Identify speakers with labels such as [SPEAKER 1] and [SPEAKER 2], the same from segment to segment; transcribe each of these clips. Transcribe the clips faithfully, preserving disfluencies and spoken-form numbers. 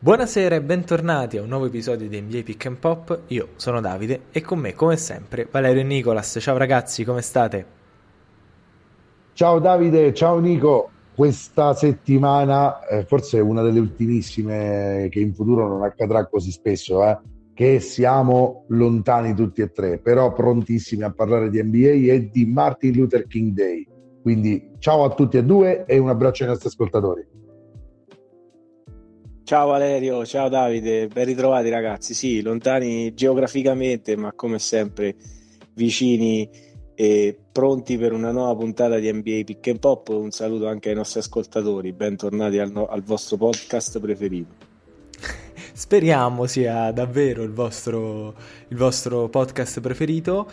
[SPEAKER 1] Buonasera e bentornati a un nuovo episodio di N B A Pick and Pop. Io sono Davide e con me, come sempre, Valerio e Nicolas. Ciao ragazzi, come state?
[SPEAKER 2] Ciao Davide, ciao Nico. Questa settimana, eh, forse è una delle ultimissime che in futuro non accadrà così spesso, eh, che siamo lontani tutti e tre, però prontissimi a parlare di N B A e di Martin Luther King Day. Quindi ciao a tutti e due e un abbraccio ai nostri ascoltatori.
[SPEAKER 3] Ciao Valerio, ciao Davide, ben ritrovati ragazzi. Sì, lontani geograficamente, ma come sempre vicini e pronti per una nuova puntata di N B A Pick and Pop. Un saluto anche ai nostri ascoltatori, bentornati al, no- al vostro podcast preferito.
[SPEAKER 1] Speriamo sia davvero il vostro, il vostro podcast preferito.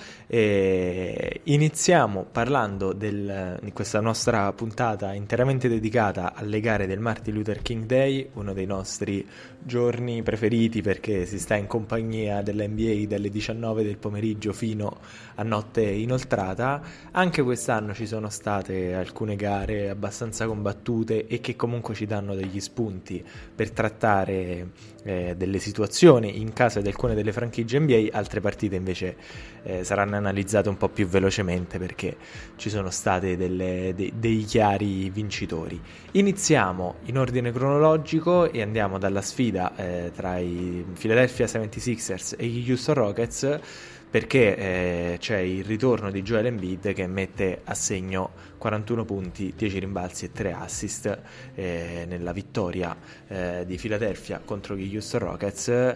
[SPEAKER 1] E iniziamo parlando del, di questa nostra puntata interamente dedicata alle gare del Martin Luther King Day, uno dei nostri giorni preferiti perché si sta in compagnia dell'N B A dalle diciannove del pomeriggio fino a notte inoltrata. Anche quest'anno ci sono state alcune gare abbastanza combattute e che comunque ci danno degli spunti per trattare eh, delle situazioni in caso di alcune delle franchigie N B A. Altre partite invece eh, saranno analizzate un po' più velocemente perché ci sono state delle, de, dei chiari vincitori. Iniziamo in ordine cronologico e andiamo dalla sfida eh, tra i Philadelphia seventy-sixers e gli Houston Rockets, perché eh, c'è il ritorno di Joel Embiid che mette a segno quarantuno punti, dieci rimbalzi e tre assist eh, nella vittoria eh, di Philadelphia contro gli Houston Rockets,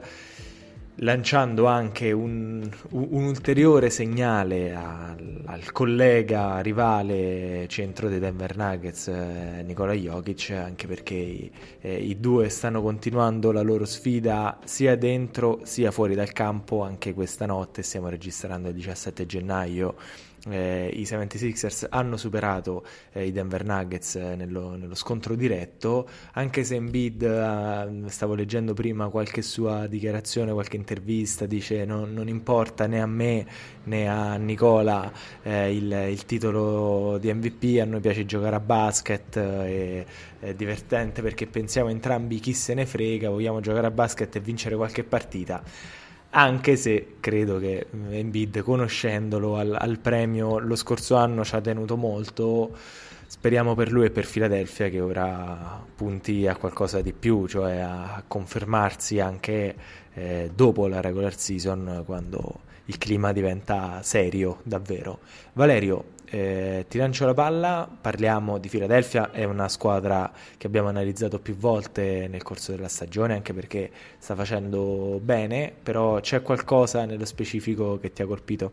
[SPEAKER 1] lanciando anche un, un ulteriore segnale al, al collega rivale centro dei Denver Nuggets, eh, Nikola Jokic, anche perché eh, i due stanno continuando la loro sfida sia dentro sia fuori dal campo anche questa notte. Stiamo registrando il diciassette gennaio. Eh, i seventy-sixers hanno superato eh, i Denver Nuggets eh, nello, nello scontro diretto, anche se Embiid, eh, stavo leggendo prima qualche sua dichiarazione, qualche intervista, dice no, non importa né a me né a Nicola eh, il, il titolo di M V P, a noi piace giocare a basket, eh, è divertente perché pensiamo entrambi chi se ne frega, vogliamo giocare a basket e vincere qualche partita. Anche se credo che Embiid, conoscendolo al, al premio lo scorso anno, ci ha tenuto molto. Speriamo per lui e per Philadelphia che ora punti a qualcosa di più, cioè a confermarsi anche eh, dopo la regular season, quando il clima diventa serio davvero. Valerio, eh, ti lancio la palla, parliamo di Philadelphia. È una squadra che abbiamo analizzato più volte nel corso della stagione, anche perché sta facendo bene, però c'è qualcosa nello specifico che ti ha colpito?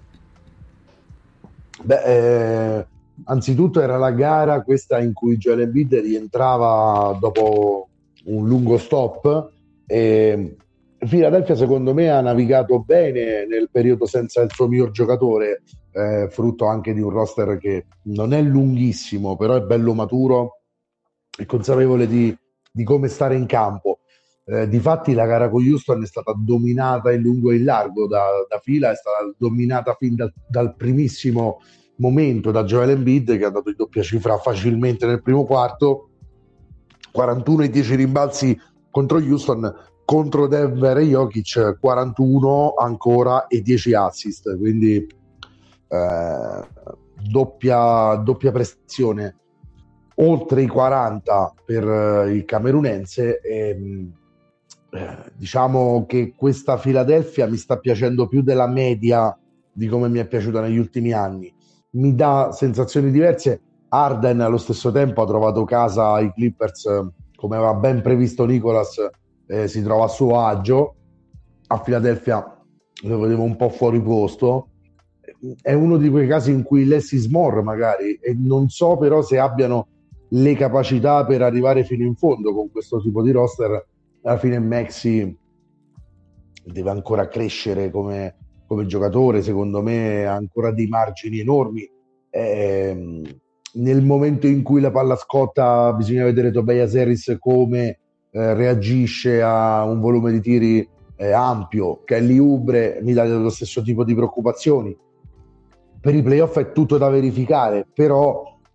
[SPEAKER 2] Beh, eh, anzitutto era la gara questa in cui Joel Embiid rientrava dopo un lungo stop e Philadelphia secondo me ha navigato bene nel periodo senza il suo miglior giocatore, eh, frutto anche di un roster che non è lunghissimo, però è bello maturo e consapevole di, di come stare in campo. Eh, difatti la gara con Houston è stata dominata in lungo e in largo da, da Fila, è stata dominata fin dal, dal primissimo momento da Joel Embiid, che ha dato in doppia cifra facilmente nel primo quarto, quarantuno e dieci rimbalzi contro Houston, contro Denver e Jokic quarantuno ancora e dieci assist, quindi eh, doppia, doppia prestazione oltre i quaranta per eh, il camerunense. E, eh, diciamo che questa Philadelphia mi sta piacendo più della media di come mi è piaciuta negli ultimi anni, mi dà sensazioni diverse. Harden allo stesso tempo ha trovato casa ai Clippers, eh, come aveva ben previsto Nicolas, eh, si trova a suo agio. A Philadelphia lo vedevo un po' fuori posto. È uno di quei casi in cui Leslie Smore magari, e non so però se abbiano le capacità per arrivare fino in fondo con questo tipo di roster. Alla fine Maxi deve ancora crescere come, come giocatore, secondo me ha ancora dei margini enormi. Eh, nel momento in cui la palla scotta bisogna vedere Tobias Harris come eh, reagisce a un volume di tiri eh, ampio. Kelly Oubre mi dà lo stesso tipo di preoccupazioni. Per i playoff è tutto da verificare, però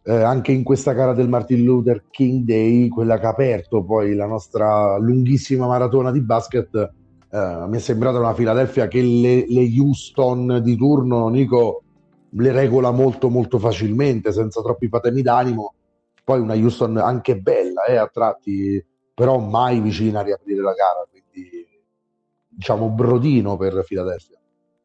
[SPEAKER 2] eh, anche in questa gara del Martin Luther King Day, quella che ha aperto poi la nostra lunghissima maratona di basket, eh, mi è sembrata una Philadelphia che le, le Houston di turno, Nico, le regola molto molto facilmente, senza troppi patemi d'animo. Poi una Houston anche bella, eh, a tratti, però mai vicina a riaprire la gara, quindi diciamo brodino per Philadelphia.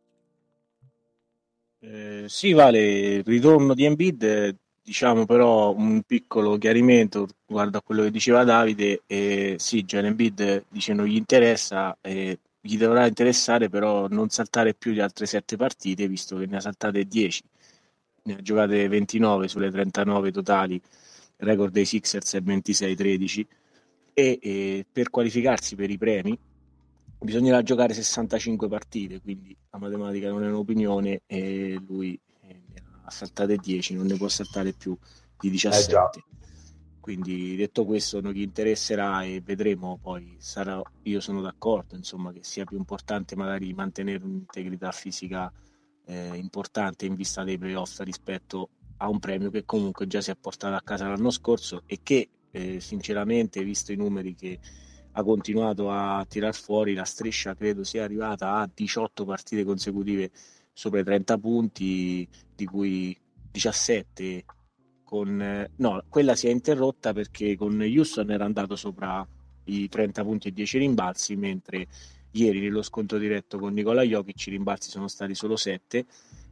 [SPEAKER 3] Eh, sì, Vale, il ritorno di Embiid, eh, diciamo però un piccolo chiarimento riguardo a quello che diceva Davide. Eh, sì, Joel Embiid eh, dice non gli interessa, eh, gli dovrà interessare però non saltare più di altre sette partite, visto che ne ha saltate dieci, ne ha giocate ventinove sulle trentanove totali, il record dei Sixers è ventisei tredici, e eh, per qualificarsi per i premi bisognerà giocare sessantacinque partite, quindi la matematica non è un'opinione e lui eh, ne ha saltate dieci, non ne può saltare più di
[SPEAKER 2] Eh già.
[SPEAKER 3] diciassette. Quindi detto questo, non gli interesserà e vedremo. Poi sarà, io sono d'accordo, insomma, che sia più importante magari mantenere un'integrità fisica eh, importante in vista dei playoff rispetto a un premio che comunque già si è portato a casa l'anno scorso e che eh, sinceramente, visto i numeri che ha continuato a tirar fuori, la striscia credo sia arrivata a diciotto partite consecutive sopra i trenta punti, di cui diciassette con... eh, no, quella si è interrotta perché con Houston era andato sopra i trenta punti e dieci rimbalzi, mentre ieri nello scontro diretto con Nikola Jokic i rimbalzi sono stati solo sette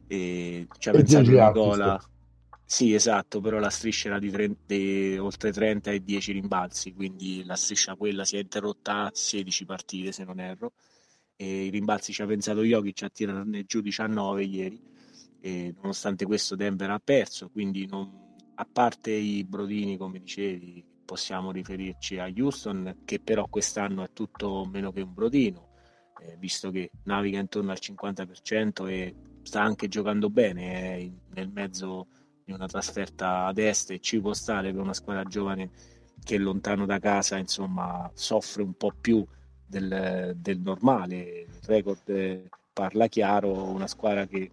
[SPEAKER 3] e ci ha
[SPEAKER 2] E
[SPEAKER 3] pensato
[SPEAKER 2] dieci assist.
[SPEAKER 3] Nicola. Sì, esatto, però la striscia era di, trenta, di oltre trenta e dieci rimbalzi, quindi la striscia quella si è interrotta a sedici partite se non erro, e i rimbalzi ci ha pensato Jokic a tirarne giù diciannove ieri, e nonostante questo Denver ha perso, quindi non, a parte i brodini come dicevi possiamo riferirci a Houston, che però quest'anno è tutto meno che un brodino, eh, visto che naviga intorno al cinquanta per cento e sta anche giocando bene, è in- nel mezzo di una trasferta ad est e ci può stare per una squadra giovane che lontano da casa insomma soffre un po' più del, del normale. Il record eh, parla chiaro, una squadra che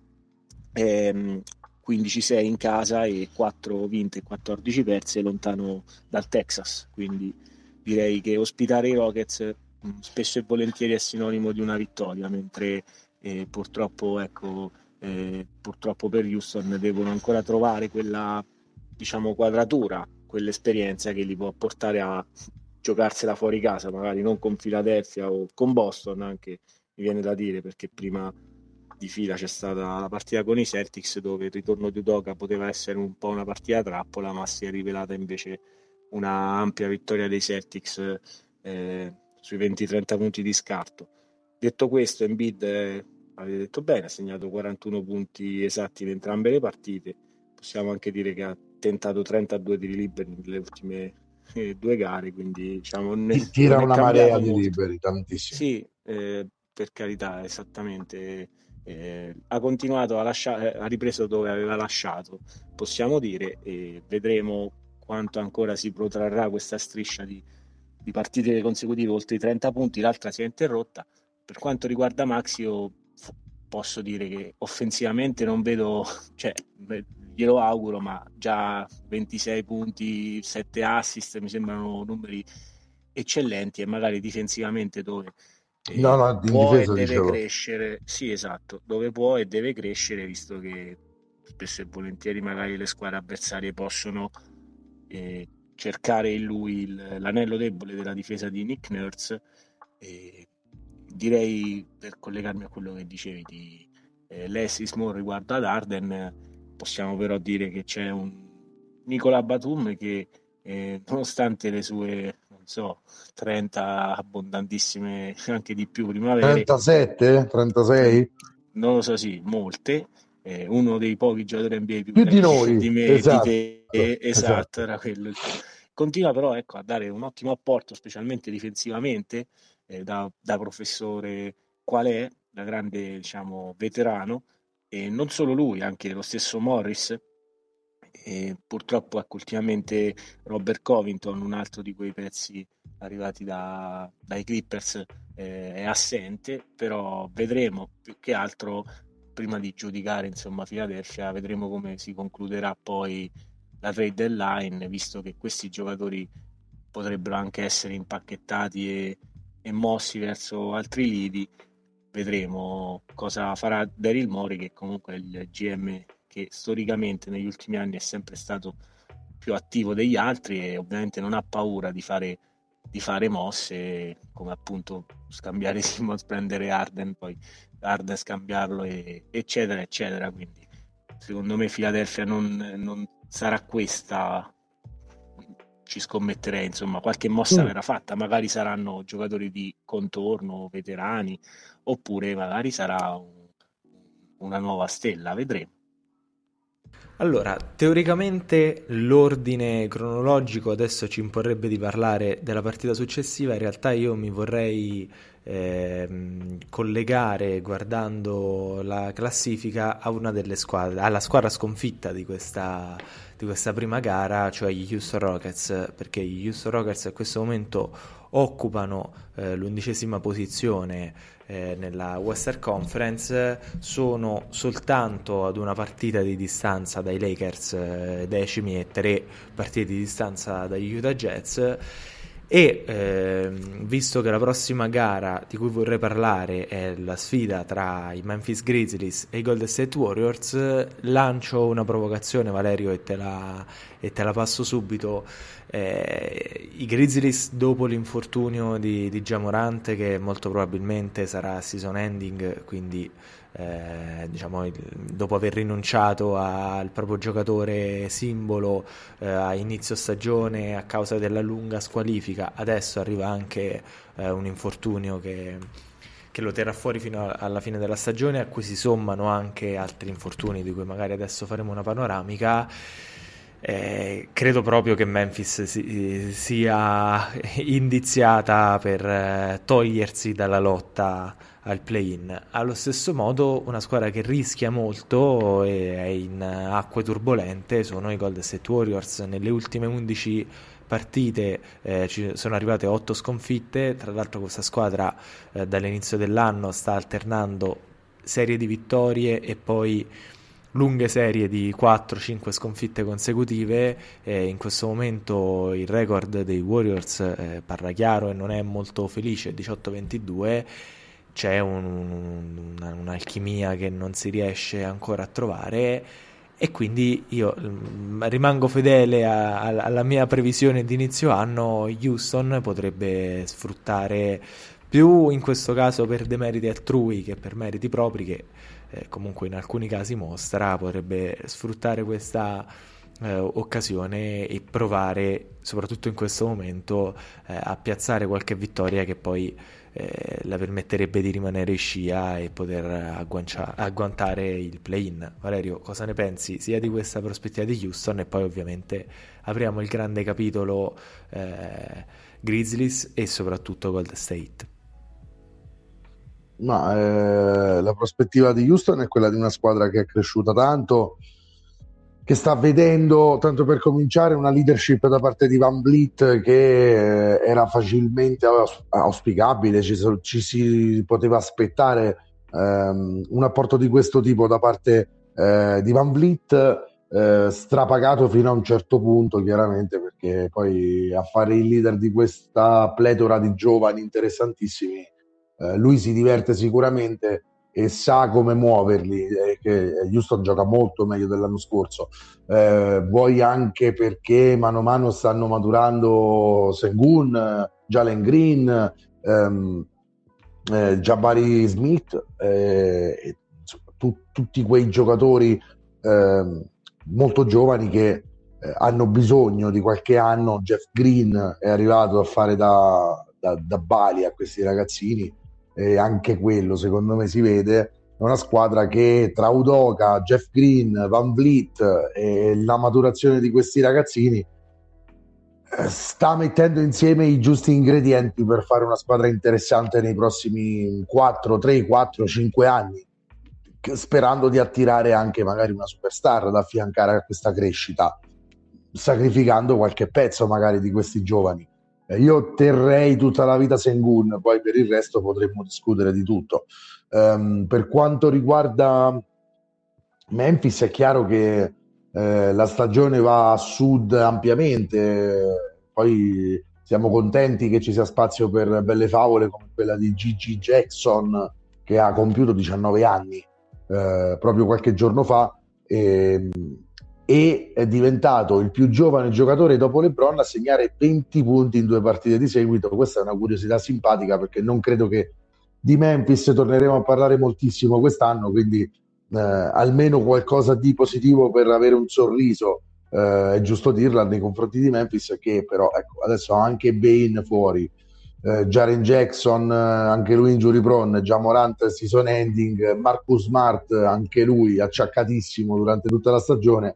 [SPEAKER 3] è mh, quindici sei in casa e quattro vinte e quattordici perse lontano dal Texas, quindi direi che ospitare i Rockets mh, spesso e volentieri è sinonimo di una vittoria, mentre eh, purtroppo ecco eh, purtroppo per Houston devono ancora trovare quella, diciamo, quadratura, quell'esperienza che li può portare a giocarsela fuori casa, magari non con Philadelphia o con Boston, anche mi viene da dire, perché prima di fila c'è stata la partita con i Celtics dove il ritorno di Udoka poteva essere un po' una partita trappola, ma si è rivelata invece una ampia vittoria dei Celtics eh, sui venti trenta punti di scarto. Detto questo, Embiid eh, avete detto bene, ha segnato quarantuno punti esatti in entrambe le partite. Possiamo anche dire che ha tentato trentadue tiri liberi nelle ultime eh, due gare, quindi diciamo non è,
[SPEAKER 2] Ti- Tira
[SPEAKER 3] non è
[SPEAKER 2] una marea
[SPEAKER 3] cambiato
[SPEAKER 2] di
[SPEAKER 3] molto.
[SPEAKER 2] liberi, tantissimi.
[SPEAKER 3] Sì, eh, per carità, esattamente. Eh, ha continuato a lasciare, ha ripreso dove aveva lasciato, possiamo dire, e vedremo quanto ancora si protrarrà questa striscia di, di partite consecutive oltre i trenta punti. L'altra si è interrotta. Per quanto riguarda Maxi, io f- posso dire che offensivamente non vedo, cioè, beh, glielo auguro, ma già ventisei punti, sette assist mi sembrano numeri eccellenti, e magari difensivamente dove
[SPEAKER 2] No,
[SPEAKER 3] eh,
[SPEAKER 2] no, in
[SPEAKER 3] può e
[SPEAKER 2] difesa
[SPEAKER 3] deve
[SPEAKER 2] dicevo.
[SPEAKER 3] crescere, sì esatto, dove può e deve crescere, visto che spesso e volentieri magari le squadre avversarie possono eh, cercare in lui il- l'anello debole della difesa di Nick Nurse. E direi, per collegarmi a quello che dicevi di eh, Leslie Small riguardo ad Arden, possiamo però dire che c'è un Nicola Batum che eh, nonostante le sue, non so, trenta abbondantissime, anche di più primavere,
[SPEAKER 2] trentasette?
[SPEAKER 3] tre-
[SPEAKER 2] trentasei?
[SPEAKER 3] non lo so, sì, molte, eh, uno dei pochi giocatori N B A più
[SPEAKER 2] Più di
[SPEAKER 3] vecchi di
[SPEAKER 2] noi,
[SPEAKER 3] me, di
[SPEAKER 2] esatto,
[SPEAKER 3] te, esatto,
[SPEAKER 2] esatto.
[SPEAKER 3] era quello il punto. Continua però ecco, a dare un ottimo apporto, specialmente difensivamente, eh, da, da professore qual è, da grande diciamo, veterano, e non solo lui, anche lo stesso Morris. E purtroppo ecco, ultimamente Robert Covington, un altro di quei pezzi arrivati da, dai Clippers, eh, è assente, però vedremo più che altro prima di giudicare insomma Philadelphia, vedremo come si concluderà poi la trade deadline, visto che questi giocatori potrebbero anche essere impacchettati e, e mossi verso altri lidi. Vedremo cosa farà Daryl Morey, che comunque è il G M che storicamente negli ultimi anni è sempre stato più attivo degli altri e ovviamente non ha paura di fare, di fare mosse, come appunto scambiare Simmons, prendere Harden, poi Harden scambiarlo, e, eccetera eccetera. Quindi secondo me Philadelphia non, non sarà questa, ci scommetterei, insomma qualche mossa
[SPEAKER 2] Mm.
[SPEAKER 3] verrà fatta, magari saranno giocatori di contorno, veterani, oppure magari sarà un, una nuova stella, vedremo.
[SPEAKER 1] Allora, teoricamente l'ordine cronologico adesso ci imporrebbe di parlare della partita successiva, in realtà io mi vorrei ehm, collegare, guardando la classifica, a una delle squadre, alla squadra sconfitta di questa, di questa prima gara, cioè gli Houston Rockets, perché gli Houston Rockets in questo momento occupano eh, l'undicesima posizione eh, nella Western Conference, sono soltanto ad una partita di distanza dai Lakers eh, decimi e tre partite di distanza dagli Utah Jazz. E ehm, visto che la prossima gara di cui vorrei parlare è la sfida tra i Memphis Grizzlies e i Golden State Warriors, lancio una provocazione, Valerio, e te la, e te la passo subito. Eh, i Grizzlies, dopo l'infortunio di, di Ja Morant, che molto probabilmente sarà season ending, quindi eh, diciamo il, dopo aver rinunciato al proprio giocatore simbolo eh, a inizio stagione a causa della lunga squalifica, adesso arriva anche eh, un infortunio che, che lo terrà fuori fino a, alla fine della stagione, a cui si sommano anche altri infortuni di cui magari adesso faremo una panoramica. Eh, credo proprio che Memphis si, sia indiziata per eh, togliersi dalla lotta al play-in. Allo stesso modo, una squadra che rischia molto e è in acque turbolente sono i Golden State Warriors. Nelle ultime undici partite eh, ci sono arrivate otto sconfitte. Tra l'altro questa squadra eh, dall'inizio dell'anno sta alternando serie di vittorie e poi lunghe serie di quattro cinque sconfitte consecutive. Eh, in questo momento il record dei Warriors eh, parla chiaro e non è molto felice, diciotto ventidue. C'è un, un, un'alchimia che non si riesce ancora a trovare, e quindi io mh, rimango fedele a, a, alla mia previsione di inizio anno. Houston potrebbe sfruttare, più in questo caso per demeriti altrui che per meriti propri, che eh, comunque in alcuni casi mostra, potrebbe sfruttare questa eh, occasione e provare, soprattutto in questo momento, eh, a piazzare qualche vittoria che poi eh, la permetterebbe di rimanere in scia e poter agguancia- agguantare il play-in. Valerio, cosa ne pensi sia di questa prospettiva di Houston, e poi ovviamente apriamo il grande capitolo eh, Grizzlies e soprattutto Golden State?
[SPEAKER 2] Ma eh, la prospettiva di Houston è quella di una squadra che è cresciuta tanto, che sta vedendo, tanto per cominciare, una leadership da parte di Van Vliet che eh, era facilmente aus- auspicabile, ci, so- ci si poteva aspettare ehm, un apporto di questo tipo da parte eh, di Van Vliet, eh, strapagato fino a un certo punto, chiaramente, perché poi a fare il leader di questa pletora di giovani interessantissimi, eh, lui si diverte sicuramente e sa come muoverli, eh, che Houston gioca molto meglio dell'anno scorso, eh, vuoi anche perché mano a mano stanno maturando Sengun, Jalen Green, ehm, eh, Jabari Smith, eh, insomma, tu, tutti quei giocatori eh, molto giovani che eh, hanno bisogno di qualche anno. Jeff Green è arrivato a fare da, da, da Bali a questi ragazzini, e anche quello secondo me si vede. È una squadra che tra Udoka, Jeff Green, Van Vliet e la maturazione di questi ragazzini eh, sta mettendo insieme i giusti ingredienti per fare una squadra interessante nei prossimi quattro, tre, quattro, cinque anni, sperando di attirare anche magari una superstar da affiancare a questa crescita, sacrificando qualche pezzo magari di questi giovani. Io terrei tutta la vita Sengun, poi per il resto potremmo discutere di tutto. Um, per quanto riguarda Memphis, è chiaro che eh, la stagione va a sud ampiamente, poi siamo contenti che ci sia spazio per belle favole come quella di Gigi Jackson, che ha compiuto diciannove anni eh, proprio qualche giorno fa, e, e è diventato il più giovane giocatore dopo LeBron a segnare venti punti in due partite di seguito. Questa è una curiosità simpatica, perché non credo che di Memphis torneremo a parlare moltissimo quest'anno, quindi eh, almeno qualcosa di positivo per avere un sorriso, eh, è giusto dirla, nei confronti di Memphis, che però ecco, adesso ha anche Bane fuori, eh, Jaren Jackson, eh, anche lui injury prone, Ja Morant season ending, Marcus Smart anche lui acciaccatissimo durante tutta la stagione.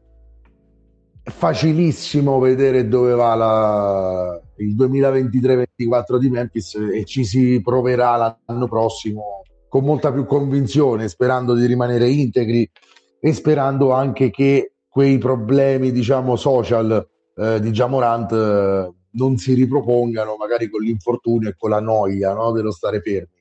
[SPEAKER 2] È facilissimo vedere dove va la, il duemilaventitré ventiquattro di Memphis, e ci si proverà l'anno prossimo con molta più convinzione, sperando di rimanere integri e sperando anche che quei problemi, diciamo, social eh, di Ja Morant eh, non si ripropongano, magari con l'infortunio e con la noia, no, dello stare fermi.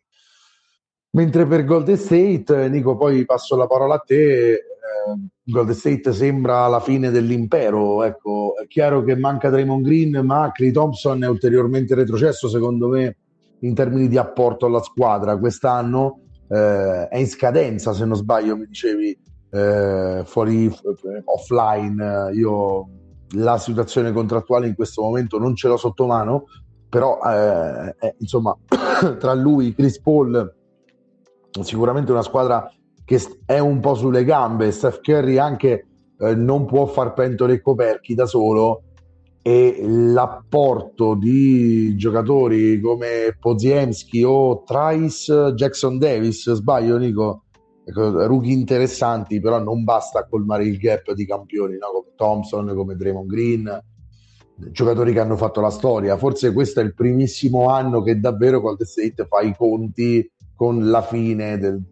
[SPEAKER 2] Mentre per Golden State, Nico, poi passo la parola a te. eh, Golden State sembra la fine dell'impero. Ecco, è chiaro che manca Draymond Green, ma Klay Thompson è ulteriormente retrocesso, secondo me, in termini di apporto alla squadra. Quest'anno eh, è in scadenza, se non sbaglio, mi dicevi eh, fuori eh, offline. Io la situazione contrattuale in questo momento non ce l'ho sotto mano, però eh, eh, insomma, tra lui, Chris Paul, sicuramente una squadra che è un po' sulle gambe. Steph Curry anche eh, non può far pentole e coperchi da solo, e l'apporto di giocatori come Podziemski o Trice Jackson Davis, sbaglio Nico? Ecco, rookie interessanti, però non basta a colmare il gap di campioni, no? Come Thompson, come Draymond Green, giocatori che hanno fatto la storia. Forse questo è il primissimo anno che davvero Golden State fa i conti con la fine del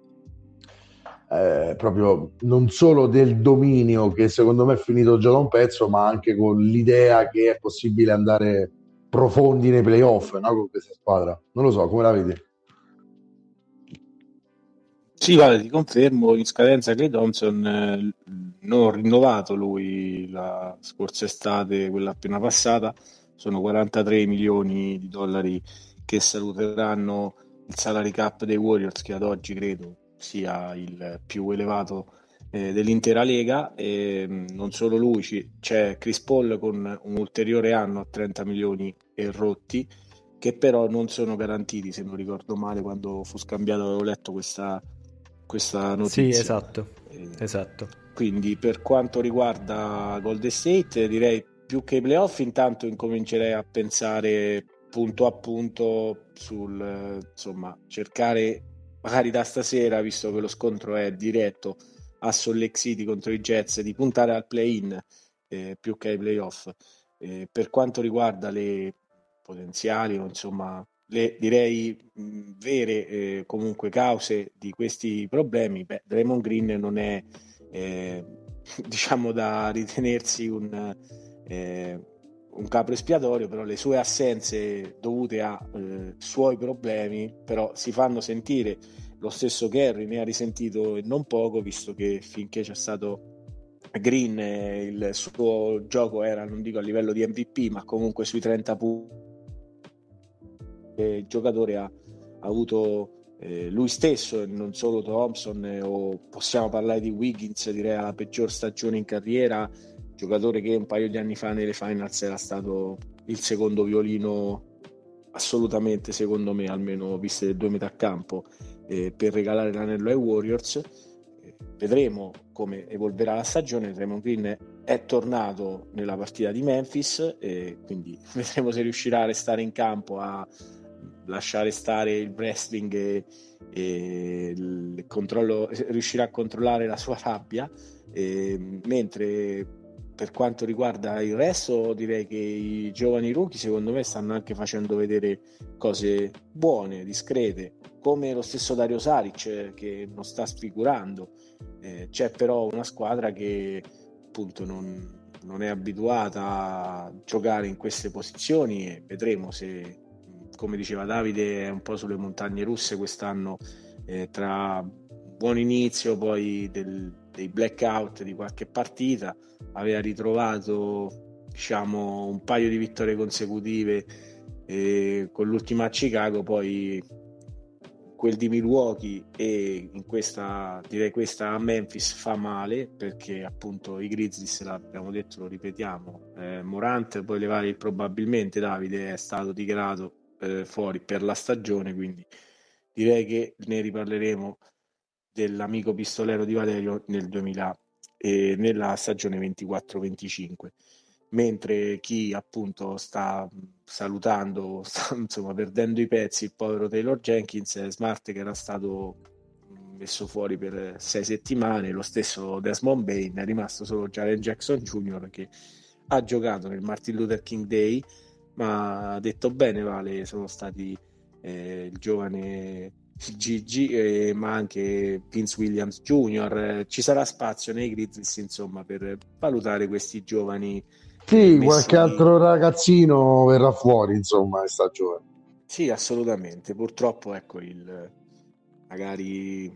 [SPEAKER 2] eh, proprio non solo del dominio, che secondo me è finito già da un pezzo, ma anche con l'idea che è possibile andare profondi nei playoff, no? Con questa squadra. Non lo so, come la vedi?
[SPEAKER 3] Sì, vale, ti confermo, in scadenza Klay Thompson, eh, non ho rinnovato lui la scorsa estate, quella appena passata, sono quarantatré milioni di dollari che saluteranno il salary cap dei Warriors, che ad oggi credo sia il più elevato eh, dell'intera Lega. E mh, non solo lui, ci- c'è Chris Paul con un ulteriore anno a trenta milioni e rotti, che però non sono garantiti, se non ricordo male, quando fu scambiato avevo letto questa, questa
[SPEAKER 1] Sì,
[SPEAKER 3] notizia.
[SPEAKER 1] esatto,
[SPEAKER 3] Eh,
[SPEAKER 1] esatto.
[SPEAKER 3] quindi per quanto riguarda Golden State, direi più che i playoff, intanto incomincerei a pensare punto a punto sul eh, insomma, cercare magari da stasera, visto che lo scontro è diretto a Salt Lake City contro i Jets, di puntare al play-in eh, più che ai playoff. Eh, per quanto riguarda le potenziali o insomma le direi mh, vere eh, comunque cause di questi problemi, beh, Draymond Green non è eh, diciamo da ritenersi un, eh, un capro espiatorio, però le sue assenze dovute a eh, suoi problemi però si fanno sentire. Lo stesso Kerry ne ha risentito e non poco, visto che finché c'è stato Green eh, il suo gioco era, non dico a livello di M V P, ma comunque sui trenta punti. Il giocatore ha, ha avuto eh, lui stesso e non solo Thompson, eh, o possiamo parlare di Wiggins, direi la peggior stagione in carriera, giocatore che un paio di anni fa nelle finals era stato il secondo violino assolutamente, secondo me, almeno viste le due metà campo, eh, per regalare l'anello ai Warriors. Eh, vedremo come evolverà la stagione. Draymond Green è tornato nella partita di Memphis, e quindi vedremo se riuscirà a restare in campo, a lasciare stare il wrestling e, e il controllo, riuscirà a controllare la sua rabbia. E, mentre per quanto riguarda il resto, direi che i giovani rookie secondo me stanno anche facendo vedere cose buone, discrete, come lo stesso Dario Saric, che non sta sfigurando. Eh, c'è però una squadra che appunto non, non è abituata a giocare in queste posizioni, e vedremo se, come diceva Davide, è un po' sulle montagne russe quest'anno, eh, tra buon inizio poi del dei blackout di qualche partita, aveva ritrovato, diciamo, un paio di vittorie consecutive eh, con l'ultima a Chicago, poi quel di Milwaukee e in questa, direi questa a Memphis fa male, perché appunto i Grizzlies, l'abbiamo detto, lo ripetiamo, eh, Morant, poi levare probabilmente Davide, è stato dichiarato eh, fuori per la stagione, quindi direi che ne riparleremo dell'amico pistolero di Valerio nel duemila e nella stagione ventiquattro venticinque, mentre chi appunto sta salutando, sta insomma perdendo i pezzi, il povero Taylor Jenkins, è Smart, che era stato messo fuori per sei settimane, lo stesso Desmond Bain, è rimasto solo Jaren Jackson Junior, che ha giocato nel Martin Luther King Day, ma ha detto bene Vale, sono stati eh, il giovane Gigi, eh, ma anche Vince Williams Junior Ci sarà spazio nei Grizzlies, insomma, per valutare questi giovani.
[SPEAKER 2] Sì,
[SPEAKER 3] messi...
[SPEAKER 2] qualche altro ragazzino verrà fuori, insomma, in stagione.
[SPEAKER 3] Sì, assolutamente. Purtroppo, ecco, il magari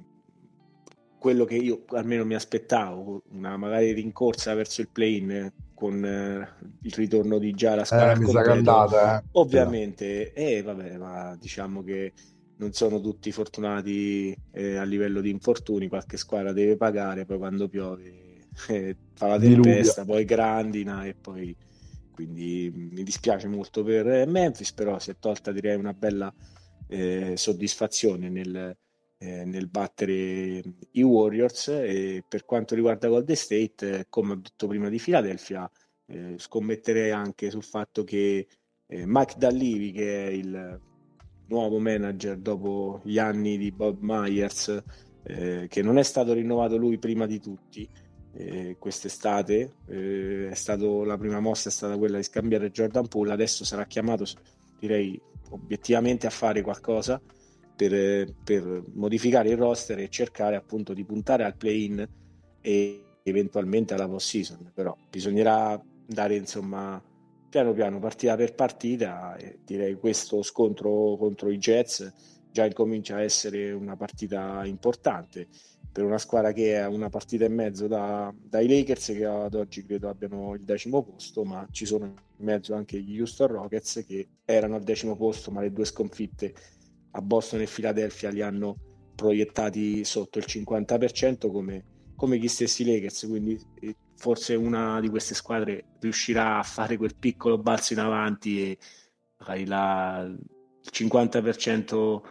[SPEAKER 3] quello che io almeno mi aspettavo, una magari rincorsa verso il play-in con eh, il ritorno di già la squadra
[SPEAKER 2] Eh,
[SPEAKER 3] al
[SPEAKER 2] mi sa che è
[SPEAKER 3] completo,
[SPEAKER 2] andata, eh.
[SPEAKER 3] ovviamente, e eh, vabbè, ma diciamo che non sono tutti fortunati eh, a livello di infortuni, qualche squadra deve pagare, poi quando piove eh, fa la tempesta,
[SPEAKER 2] Diluvia.
[SPEAKER 3] poi grandina, e poi quindi mi dispiace molto per Memphis, però si è tolta, direi, una bella eh, soddisfazione nel, eh, nel battere i Warriors. E per quanto riguarda Golden State, eh, come ho detto prima di Philadelphia, eh, scommetterei anche sul fatto che eh, Mike Dallevi, che è il nuovo manager dopo gli anni di Bob Myers, eh, che non è stato rinnovato lui prima di tutti eh, quest'estate, eh, è stato, la prima mossa è stata quella di scambiare Jordan Poole, adesso sarà chiamato, direi, obiettivamente a fare qualcosa per, per modificare il roster e cercare appunto di puntare al play-in e eventualmente alla post-season, però bisognerà dare, insomma, piano piano, partita per partita, e direi questo scontro contro i Jets già incomincia a essere una partita importante per una squadra che è una partita e mezzo da, dai Lakers, che ad oggi credo abbiano il decimo posto, ma ci sono in mezzo anche gli Houston Rockets, che erano al decimo posto, ma le due sconfitte a Boston e Philadelphia li hanno proiettati sotto il cinquanta per cento, come, come gli stessi Lakers, quindi forse una di queste squadre riuscirà a fare quel piccolo balzo in avanti e magari la, il cinquanta per cento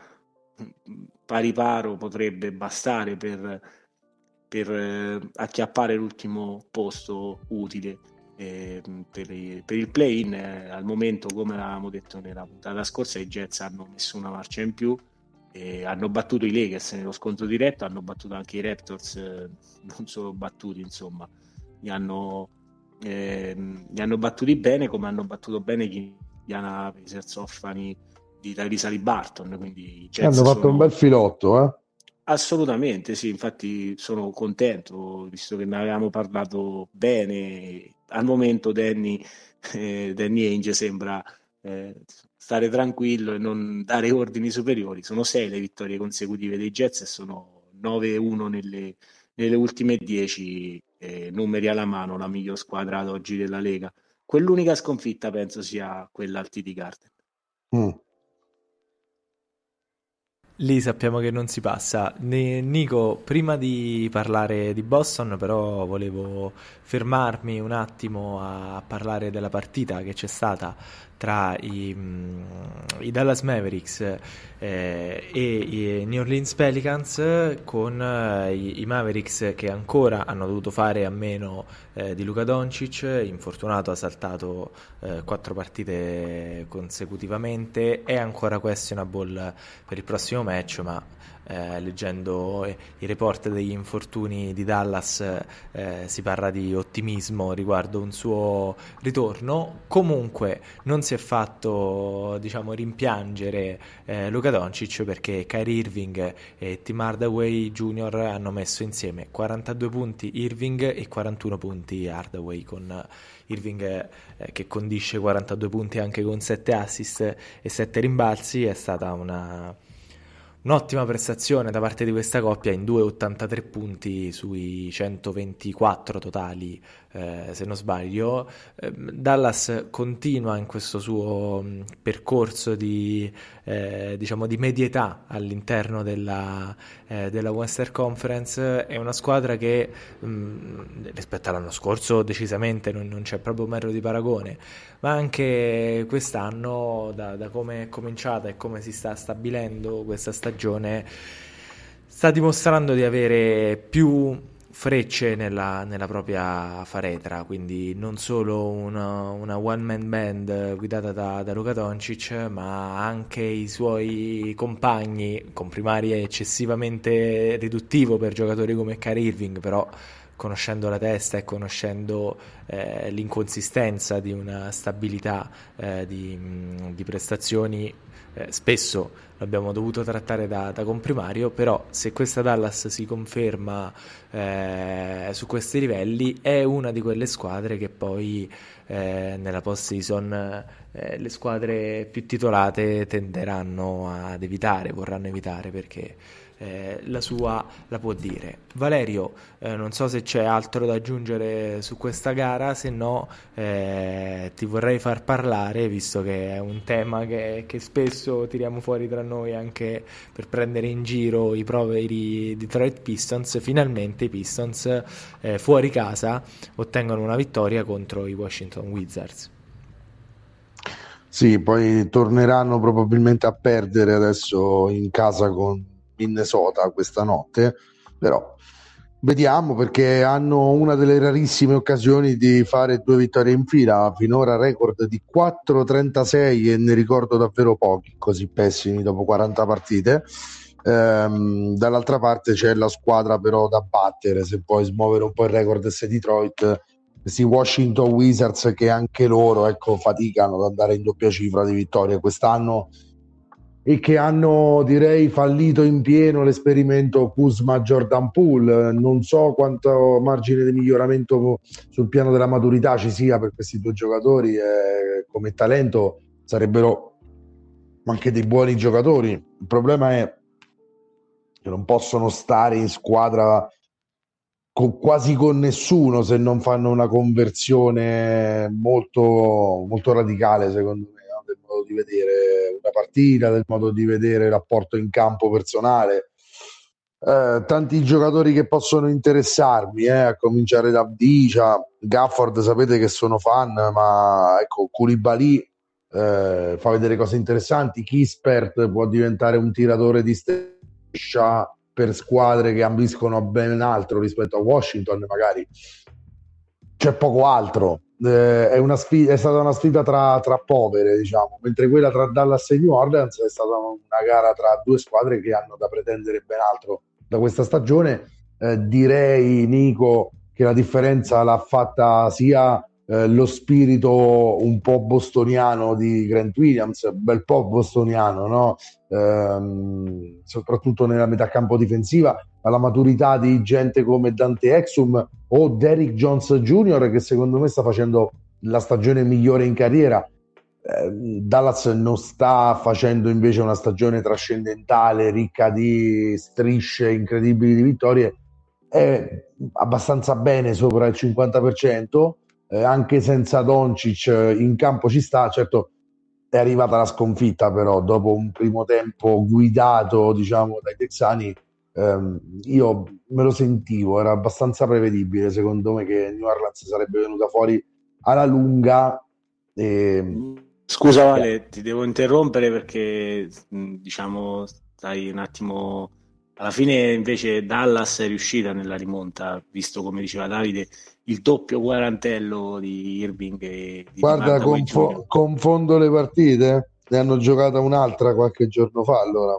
[SPEAKER 3] pari paro potrebbe bastare per, per eh, acchiappare l'ultimo posto utile eh, per, per il play-in. Eh, al momento, come avevamo detto nella puntata scorsa, i Jets hanno messo una marcia in più e hanno battuto i Lakers nello scontro diretto, hanno battuto anche i Raptors, eh, non solo battuti, insomma, li hanno, eh, li hanno battuti bene, come hanno battuto bene gli Indiana Pacers orfani di Tyrese Haliburton, quindi i Jets
[SPEAKER 2] hanno fatto
[SPEAKER 3] sono...
[SPEAKER 2] un bel filotto, eh?
[SPEAKER 3] Assolutamente, sì, infatti sono contento, visto che ne avevamo parlato bene. Al momento Danny, eh, Danny Ainge sembra eh, stare tranquillo e non dare ordini superiori. Sono sei le vittorie consecutive dei Jets e sono nove uno nelle, nelle ultime dieci, eh, numeri alla mano, la miglior squadra ad oggi della Lega. Quell'unica sconfitta penso sia quella al T D Garden.
[SPEAKER 2] Mm.
[SPEAKER 1] Lì sappiamo che non si passa. Ne- Nico, prima di parlare di Boston, però volevo fermarmi un attimo a parlare della partita che c'è stata tra i, mm, i Dallas Mavericks eh, e i New Orleans Pelicans, con eh, i, i Mavericks che ancora hanno dovuto fare a meno eh, di Luka Doncic, infortunato, ha saltato eh, quattro partite consecutivamente, è ancora questionable per il prossimo match, ma eh, leggendo i report degli infortuni di Dallas eh, si parla di ottimismo riguardo un suo ritorno. Comunque non si è fatto, diciamo, rimpiangere eh, Luka Doncic, perché Kyrie Irving e Tim Hardaway Junior hanno messo insieme quarantadue punti Irving e quarantuno punti Hardaway, con Irving eh, che condisce quarantadue punti anche con sette assist e sette rimbalzi. È stata una un'ottima prestazione da parte di questa coppia in due virgola ottantatré punti sui centoventiquattro totali, eh, se non sbaglio. Eh, Dallas continua in questo suo mh, percorso di, eh, diciamo, di medietà all'interno della, eh, della Western Conference. È una squadra che mh, rispetto all'anno scorso decisamente non, non c'è proprio mero di paragone, ma anche quest'anno, da, da come è cominciata e come si sta stabilendo questa stagione, sta dimostrando di avere più frecce nella, nella propria faretra, quindi non solo una, una one man band guidata da, da Luka Doncic, ma anche i suoi compagni, con primarie eccessivamente riduttivo per giocatori come Kyrie Irving, però conoscendo la testa e conoscendo eh, l'inconsistenza di una stabilità eh, di, di prestazioni, eh, spesso l'abbiamo dovuto trattare da, da comprimario. Però se questa Dallas si conferma eh, su questi livelli, è una di quelle squadre che poi eh, nella post-season eh, le squadre più titolate tenderanno ad evitare, vorranno evitare, perché Eh, la sua la può dire. Valerio, eh, non so se c'è altro da aggiungere su questa gara, se no eh, ti vorrei far parlare, visto che è un tema che, che spesso tiriamo fuori tra noi anche per prendere in giro i poveri Detroit Pistons. Finalmente i Pistons eh, fuori casa ottengono una vittoria contro i Washington Wizards.
[SPEAKER 2] Sì, poi torneranno probabilmente a perdere adesso in casa con Minnesota questa notte, però vediamo, perché hanno una delle rarissime occasioni di fare due vittorie in fila, finora record di quattro trentasei, e ne ricordo davvero pochi così pessimi dopo quaranta partite. Ehm, dall'altra parte c'è la squadra però da battere, se puoi smuovere un po' il record, se Detroit, questi Washington Wizards, che anche loro, ecco, faticano ad andare in doppia cifra di vittorie quest'anno, e che hanno, direi, fallito in pieno l'esperimento Kuzma-Jordan Poole. Non so quanto margine di miglioramento sul piano della maturità ci sia per questi due giocatori, eh, come talento sarebbero anche dei buoni giocatori. Il problema è che non possono stare in squadra con, quasi con nessuno, se non fanno una conversione molto, molto radicale, secondo me, del modo di vedere una partita, del modo di vedere il rapporto in campo personale. Eh, tanti giocatori che possono interessarmi, eh, a cominciare da Avdija, Gafford, sapete che sono fan, ma ecco, Koulibaly eh, fa vedere cose interessanti. Kispert può diventare un tiratore di striscia per squadre che ambiscono a ben altro rispetto a Washington, magari. C'è poco altro. Eh, è, una sfida, è stata una sfida tra, tra povere, diciamo, mentre quella tra Dallas e New Orleans è stata una gara tra due squadre che hanno da pretendere ben altro da questa stagione. Eh, direi, Nico, che la differenza l'ha fatta sia eh, lo spirito un po' bostoniano di Grant Williams, bel po' bostoniano, no? Ehm, soprattutto nella metà campo difensiva, alla maturità di gente come Dante Exum o Derrick Jones Junior, che secondo me sta facendo la stagione migliore in carriera. eh, Dallas non sta facendo invece una stagione trascendentale, ricca di strisce incredibili di vittorie. È abbastanza bene sopra il cinquanta per cento, eh, anche senza Doncic in campo ci sta. Certo, è arrivata la sconfitta, però dopo un primo tempo guidato, diciamo, dai texani. Um, io me lo sentivo, era abbastanza prevedibile secondo me che New Orleans sarebbe venuta fuori alla lunga. E...
[SPEAKER 3] Scusa Vale, ti devo interrompere perché diciamo stai un attimo, alla fine invece Dallas è riuscita nella rimonta, visto, come diceva Davide, il doppio quarantello di Irving e di
[SPEAKER 2] Guarda, confo- confondo le partite, ne hanno giocata un'altra qualche giorno fa, allora.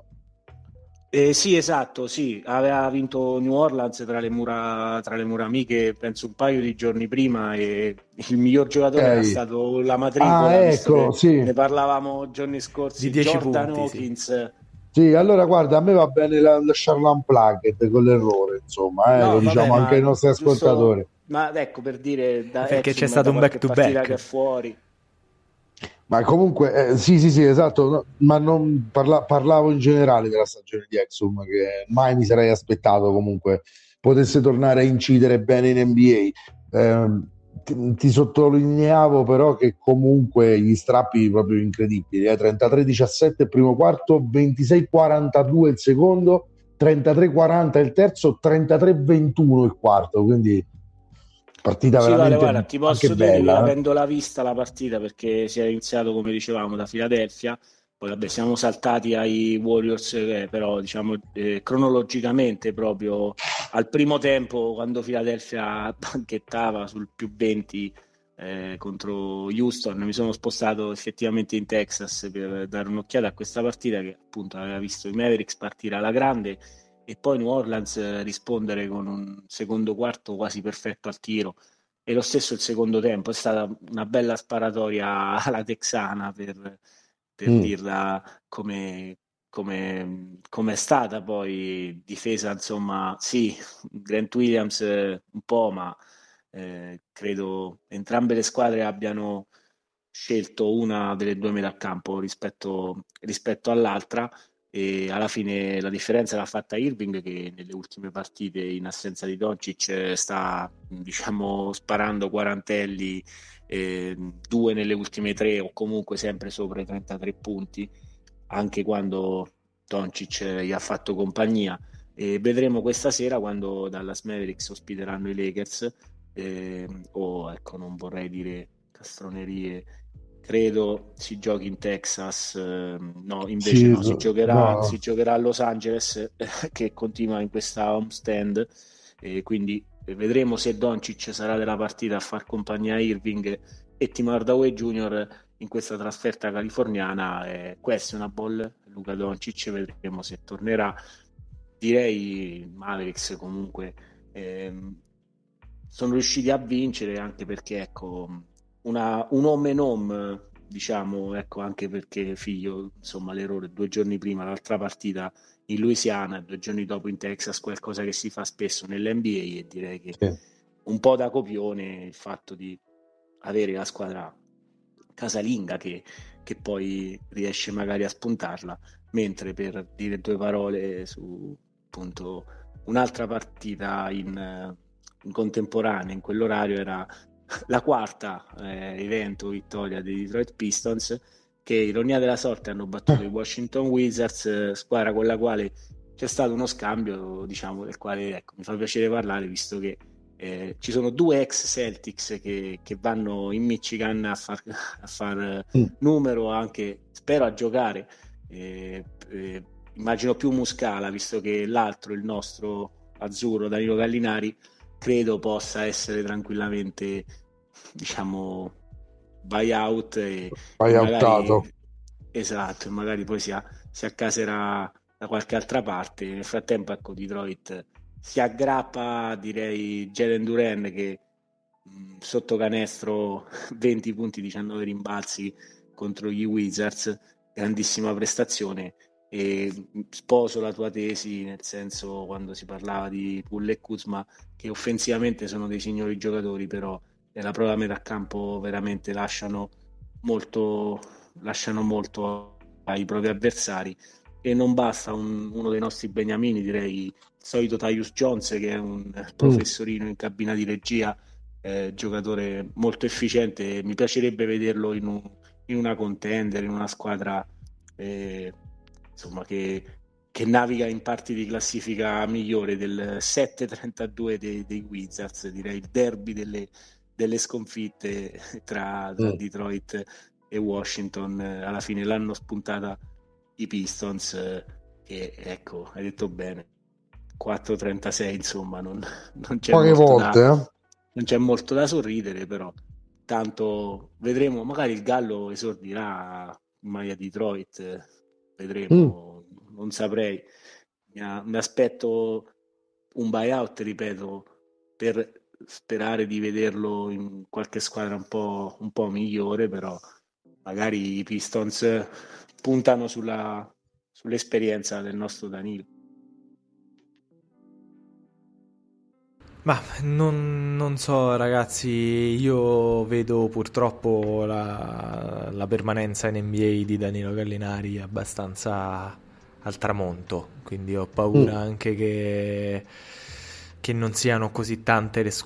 [SPEAKER 3] Eh, sì, esatto, sì, aveva vinto New Orleans tra le mura, tra le mura amiche, penso un paio di giorni prima, e il miglior giocatore okay. era stato la matricola,
[SPEAKER 2] ah, ecco, sì.
[SPEAKER 3] Ne parlavamo giorni scorsi,
[SPEAKER 1] di
[SPEAKER 3] Jordan
[SPEAKER 1] punti,
[SPEAKER 3] Hawkins.
[SPEAKER 2] Sì. Sì, allora guarda, a me va bene la, lasciarla unplugged con l'errore, insomma, eh,
[SPEAKER 3] no,
[SPEAKER 2] lo
[SPEAKER 3] vabbè,
[SPEAKER 2] diciamo anche ai nostri
[SPEAKER 3] giusto,
[SPEAKER 2] ascoltatori.
[SPEAKER 3] Ma ecco, per dire, da
[SPEAKER 1] perché
[SPEAKER 3] Exum,
[SPEAKER 1] c'è stato un back to back
[SPEAKER 3] che è fuori.
[SPEAKER 2] Ma comunque, eh, sì, sì, sì, esatto, no, ma non parla- parlavo in generale della stagione di Exum, che mai mi sarei aspettato comunque potesse tornare a incidere bene in N B A. Ehm, ti, ti sottolineavo però che comunque gli strappi proprio incredibili, eh? trentatré diciassette il primo quarto, ventisei quarantadue il secondo, trentatré quaranta il terzo, trentatré ventuno il quarto, quindi partita
[SPEAKER 3] Sì, Vale,
[SPEAKER 2] veramente
[SPEAKER 3] guarda, ti
[SPEAKER 2] anche
[SPEAKER 3] posso dire che
[SPEAKER 2] bella. Eh.
[SPEAKER 3] avendola vista la partita, perché si è iniziato, come dicevamo, da Filadelfia, poi vabbè, siamo saltati ai Warriors, eh, però diciamo eh, cronologicamente proprio al primo tempo, quando Filadelfia banchettava sul più venti eh, contro Houston, mi sono spostato effettivamente in Texas per dare un'occhiata a questa partita che appunto aveva visto i Mavericks partire alla grande e poi New Orleans eh, rispondere con un secondo quarto quasi perfetto al tiro. E lo stesso il secondo tempo, è stata una bella sparatoria alla texana per, per
[SPEAKER 2] Mm.
[SPEAKER 3] dirla come, come, come è stata poi difesa, insomma, sì, Grant Williams eh, un po', ma eh, credo entrambe le squadre abbiano scelto una delle due metà campo rispetto, rispetto all'altra e alla fine la differenza l'ha fatta Irving che nelle ultime partite in assenza di Doncic eh, sta diciamo sparando quarantelli, eh, due nelle ultime tre o comunque sempre sopra i trentatré punti anche quando Doncic eh, gli ha fatto compagnia e vedremo questa sera quando Dallas Mavericks ospiteranno i Lakers eh, o ecco non vorrei dire castronerie, credo si giochi in Texas, eh, no, invece
[SPEAKER 2] Sì,
[SPEAKER 3] no, si
[SPEAKER 2] so-
[SPEAKER 3] giocherà, si
[SPEAKER 2] no.
[SPEAKER 3] giocherà a Los Angeles, eh, che continua in questa homestand, e quindi vedremo se Doncic sarà della partita a far compagnia a Irving e Tim Hardaway Junior in questa trasferta californiana. È questionable, Luka Doncic, vedremo se tornerà. Direi Mavericks comunque ehm, sono riusciti a vincere anche perché ecco una, un home and home, diciamo, ecco, anche perché figlio, insomma, l'errore due giorni prima, l'altra partita in Louisiana, due giorni dopo in Texas, qualcosa che si fa spesso nell'N B A e direi che
[SPEAKER 2] Sì.
[SPEAKER 3] un po' da copione il fatto di avere la squadra casalinga che, che poi riesce magari a spuntarla, mentre per dire due parole su appunto un'altra partita in, in contemporanea in quell'orario era la quarta eh, evento vittoria dei Detroit Pistons che ironia della sorte hanno battuto i Washington Wizards, eh, squadra con la quale c'è stato uno scambio, diciamo, del quale ecco, mi fa piacere parlare visto che eh, ci sono due ex Celtics che, che vanno in Michigan a far, a far
[SPEAKER 2] Mm.
[SPEAKER 3] numero, anche spero a giocare. Eh, eh, immagino più Muscala, visto che l'altro, il nostro azzurro Danilo Gallinari, credo possa essere tranquillamente, diciamo, buyout e,
[SPEAKER 2] Hai
[SPEAKER 3] e magari
[SPEAKER 2] ottato.
[SPEAKER 3] esatto, e magari poi si, a, si accaserà da qualche altra parte. Nel frattempo, ecco, Detroit si aggrappa, direi, Jalen Duren che mh, sotto canestro venti punti, diciannove rimbalzi contro gli Wizards, grandissima prestazione. E sposo la tua tesi, nel senso quando si parlava di Pull e Kuzma, che offensivamente sono dei signori giocatori, però nella prova metà campo veramente lasciano molto, lasciano molto ai propri avversari e non basta un, uno dei nostri beniamini, direi il solito Tyus Jones che è un
[SPEAKER 2] Mm.
[SPEAKER 3] professorino in cabina di regia, eh, giocatore molto efficiente, mi piacerebbe vederlo in, un, in una contender, in una squadra eh, insomma che, che naviga in parti di classifica migliore del sette trentadue dei, dei Wizards, direi il derby delle, delle sconfitte tra, tra
[SPEAKER 2] Mm.
[SPEAKER 3] Detroit e Washington. Alla fine l'hanno spuntata i Pistons, eh, che ecco, hai detto bene, quattro trentasei, insomma, non, non c'è
[SPEAKER 2] Poche
[SPEAKER 3] molto da
[SPEAKER 2] volte, eh?
[SPEAKER 3] non c'è molto da sorridere, però tanto vedremo, magari il Gallo esordirà in maglia Detroit, eh,
[SPEAKER 2] Mm.
[SPEAKER 3] vedremo, non saprei. Mi, a- mi aspetto un buyout, ripeto, per sperare di vederlo in qualche squadra un po', un po' migliore, però magari i Pistons puntano sulla, sull'esperienza del nostro Danilo.
[SPEAKER 1] Ma non, non so ragazzi, io vedo purtroppo la, la permanenza in N B A di Danilo Gallinari abbastanza al tramonto, quindi ho paura
[SPEAKER 2] Mm.
[SPEAKER 1] anche che, che non siano così tante le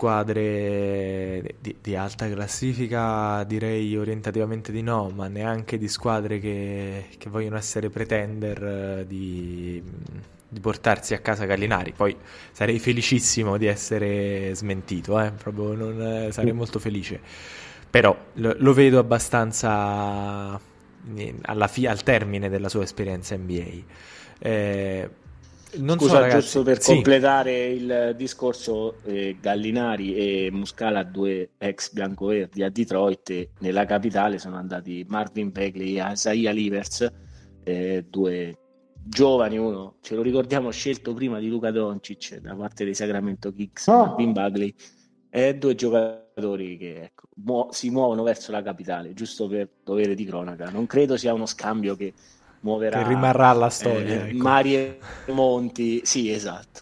[SPEAKER 1] squadre di, di alta classifica, direi orientativamente di no, ma neanche di squadre che, che vogliono essere pretender eh, di, di portarsi a casa Gallinari. Poi sarei felicissimo di essere smentito, eh, proprio non, eh, sarei
[SPEAKER 2] Mm.
[SPEAKER 1] molto felice. Però lo, lo vedo abbastanza eh, alla fi- al termine della sua esperienza N B A. Eh, non so,
[SPEAKER 3] Scusa, giusto
[SPEAKER 1] ragazzi,
[SPEAKER 3] per
[SPEAKER 1] sì,
[SPEAKER 3] completare il discorso, eh, Gallinari e Muscala, due ex biancoverdi a Detroit, e nella capitale sono andati Marvin Bagley e Isaiah Livers, eh, due giovani, uno ce lo ricordiamo scelto prima di Luka Doncic da parte dei Sacramento Kings, Marvin
[SPEAKER 2] Ah,
[SPEAKER 3] Bagley, e due giocatori che ecco, muo- si muovono verso la capitale, giusto per dovere di cronaca. Non credo sia uno scambio che
[SPEAKER 1] che
[SPEAKER 3] muoverà
[SPEAKER 1] rimarrà alla
[SPEAKER 3] eh,
[SPEAKER 1] storia, ecco.
[SPEAKER 3] mari e monti, sì, esatto.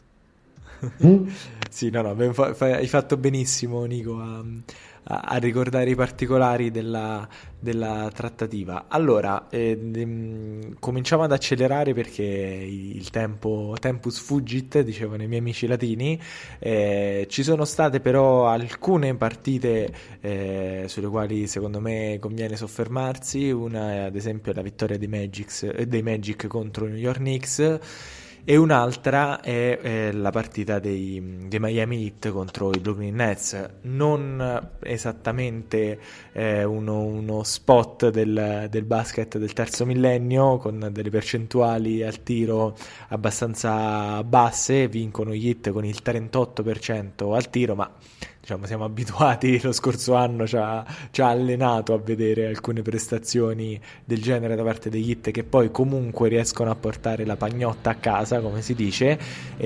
[SPEAKER 2] mm.
[SPEAKER 1] Sì, no, no, ben fa- fa- hai fatto benissimo, Nico, a, a- a ricordare i particolari della, della trattativa. Allora, eh, ehm, cominciamo ad accelerare perché il tempo, tempus fugit, dicevano i miei amici latini. Eh, ci sono state però alcune partite eh, sulle quali secondo me conviene soffermarsi. Una è ad esempio la vittoria dei Magics- eh, dei Magic contro i New York Knicks. E un'altra è eh, la partita dei, dei Miami Heat contro i Brooklyn Nets, non esattamente eh, uno, uno spot del, del basket del terzo millennio, con delle percentuali al tiro abbastanza basse, vincono gli Heat con il trentotto per cento al tiro, ma diciamo siamo abituati, lo scorso anno ci ha, ci ha allenato a vedere alcune prestazioni del genere da parte degli Heat che poi comunque riescono a portare la pagnotta a casa, come si dice.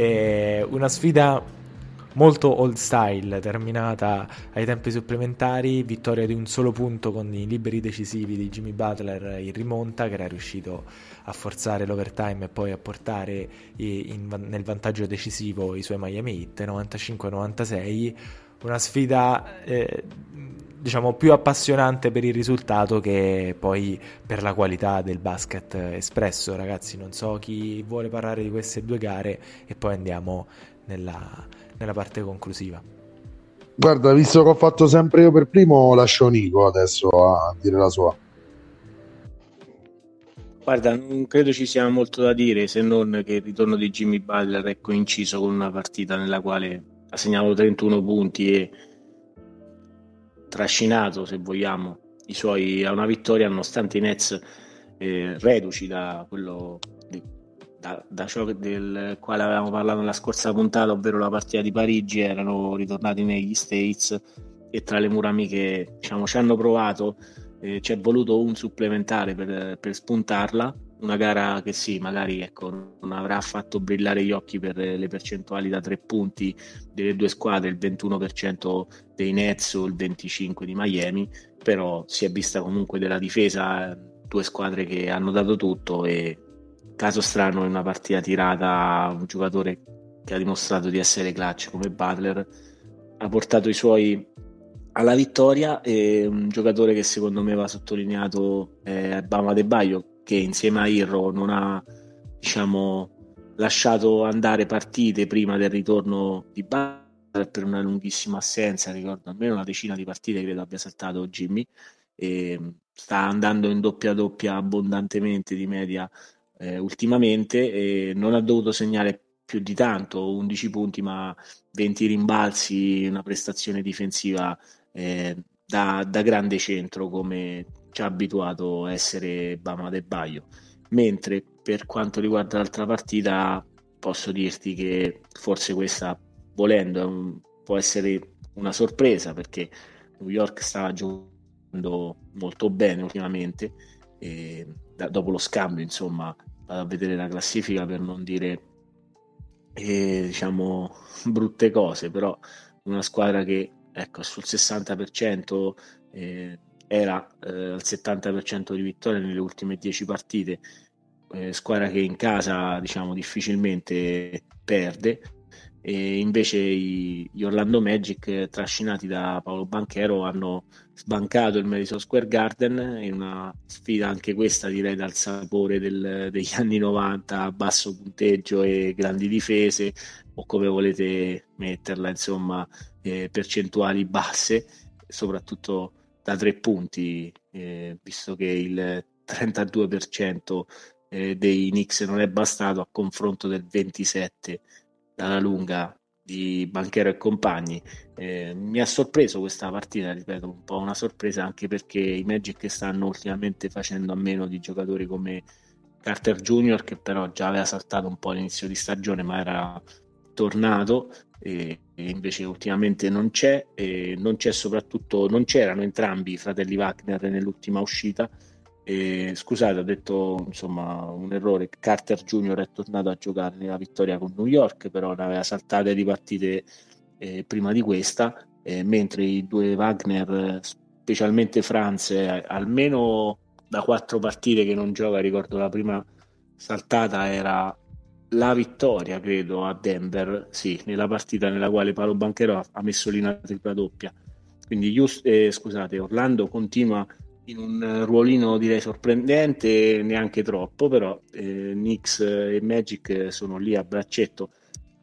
[SPEAKER 1] E una sfida molto old style, terminata ai tempi supplementari, vittoria di un solo punto con i liberi decisivi di Jimmy Butler in rimonta, che era riuscito a forzare l'overtime e poi a portare in, nel vantaggio decisivo i suoi Miami Heat novantacinque novantasei. Una sfida eh, diciamo più appassionante per il risultato che poi per la qualità del basket espresso. Ragazzi, non so chi vuole parlare di queste due gare e poi andiamo nella, nella parte conclusiva.
[SPEAKER 2] Guarda, visto che ho fatto sempre io per primo, lascio Nico adesso a dire la sua.
[SPEAKER 3] Guarda, non credo ci sia molto da dire se non che il ritorno di Jimmy Butler è coinciso con una partita nella quale ha segnato trentuno punti e trascinato, se vogliamo, i suoi a una vittoria, nonostante i Nets eh, reduci da quello di, da, da ciò che- del quale avevamo parlato nella scorsa puntata, ovvero la partita di Parigi, erano ritornati negli States e tra le mura amiche, diciamo, ci hanno provato. Eh, ci è voluto un supplementare per, per spuntarla, una gara che sì, magari ecco, non avrà fatto brillare gli occhi per le percentuali da tre punti delle due squadre, il ventuno per cento dei Nets o il venticinque per cento di Miami, però si è vista comunque della difesa, due squadre che hanno dato tutto e caso strano in una partita tirata un giocatore che ha dimostrato di essere clutch come Butler ha portato i suoi alla vittoria, e un giocatore che secondo me va sottolineato è Bama Adebayo, che insieme a Irro non ha, diciamo, lasciato andare partite prima del ritorno di Butler per una lunghissima assenza, ricordo almeno una decina di partite credo abbia saltato Jimmy, e sta andando in doppia doppia abbondantemente di media eh, ultimamente, e non ha dovuto segnare più di tanto, undici punti ma venti rimbalzi, una prestazione difensiva eh, da, da grande centro come ci ha abituato a essere Bama Adebayo. Mentre per quanto riguarda l'altra partita posso dirti che forse questa, volendo, è un- può essere una sorpresa, perché New York stava giocando molto bene ultimamente e da- dopo lo scambio, insomma, vado a vedere la classifica per non dire eh, diciamo brutte cose, però una squadra che ecco sul sessanta per cento eh, era eh, al settanta per cento di vittorie nelle ultime dieci partite, eh, squadra che in casa diciamo difficilmente perde, e invece i, gli Orlando Magic, trascinati da Paolo Banchero, hanno sbancato il Madison Square Garden in una sfida anche questa, direi, dal sapore del, degli anni novanta, basso punteggio e grandi difese, o come volete metterla, insomma, eh, percentuali basse, soprattutto da tre punti, eh, visto che il trentadue per cento eh, dei Knicks non è bastato a confronto del ventisette dalla lunga di Banchero e compagni. Eh, mi ha sorpreso questa partita, ripeto, un po' una sorpresa, anche perché i Magic stanno ultimamente facendo a meno di giocatori come Carter Junior, che però già aveva saltato un po' all'inizio di stagione ma era tornato, e, e invece ultimamente non c'è, e non c'è soprattutto, non c'erano entrambi i fratelli Wagner nell'ultima uscita. E, scusate, ho detto insomma un errore. Carter Junior è tornato a giocare nella vittoria con New York, però ne aveva saltate di partite eh, prima di questa, eh, mentre i due Wagner, specialmente Franz, eh, almeno da quattro partite che non gioca. Ricordo la prima saltata era la vittoria, credo, a Denver, sì, nella partita nella quale Paolo Banchero ha, ha messo lì una tripla doppia. Quindi Just, eh, scusate, Orlando continua in un ruolino, direi, sorprendente, neanche troppo, però eh, Knicks e Magic sono lì a braccetto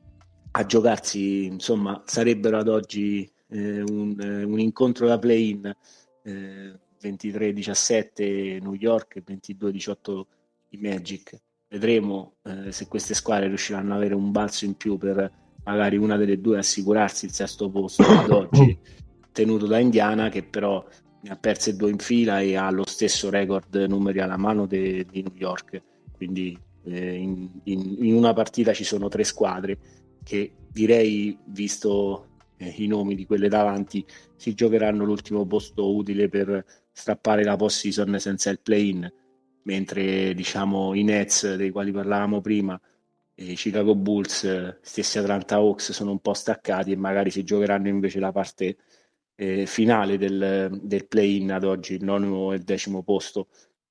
[SPEAKER 3] a giocarsi, insomma, sarebbero ad oggi eh, un, un incontro da play-in, eh, ventitré diciassette New York, ventidue diciotto i Magic. Vedremo eh, se queste squadre riusciranno ad avere un balzo in più per magari una delle due assicurarsi il sesto posto ad oggi, tenuto da Indiana, che però ne ha perse due in fila e ha lo stesso record numeri alla mano de, di New York. Quindi eh, in, in, in una partita ci sono tre squadre che, direi, visto eh, i nomi di quelle davanti, si giocheranno l'ultimo posto utile per strappare la post-season senza il play-in, mentre diciamo i Nets, dei quali parlavamo prima, e i Chicago Bulls, stessi Atlanta Hawks, sono un po' staccati e magari si giocheranno invece la parte eh, finale del, del play-in ad oggi, il nono e il decimo posto.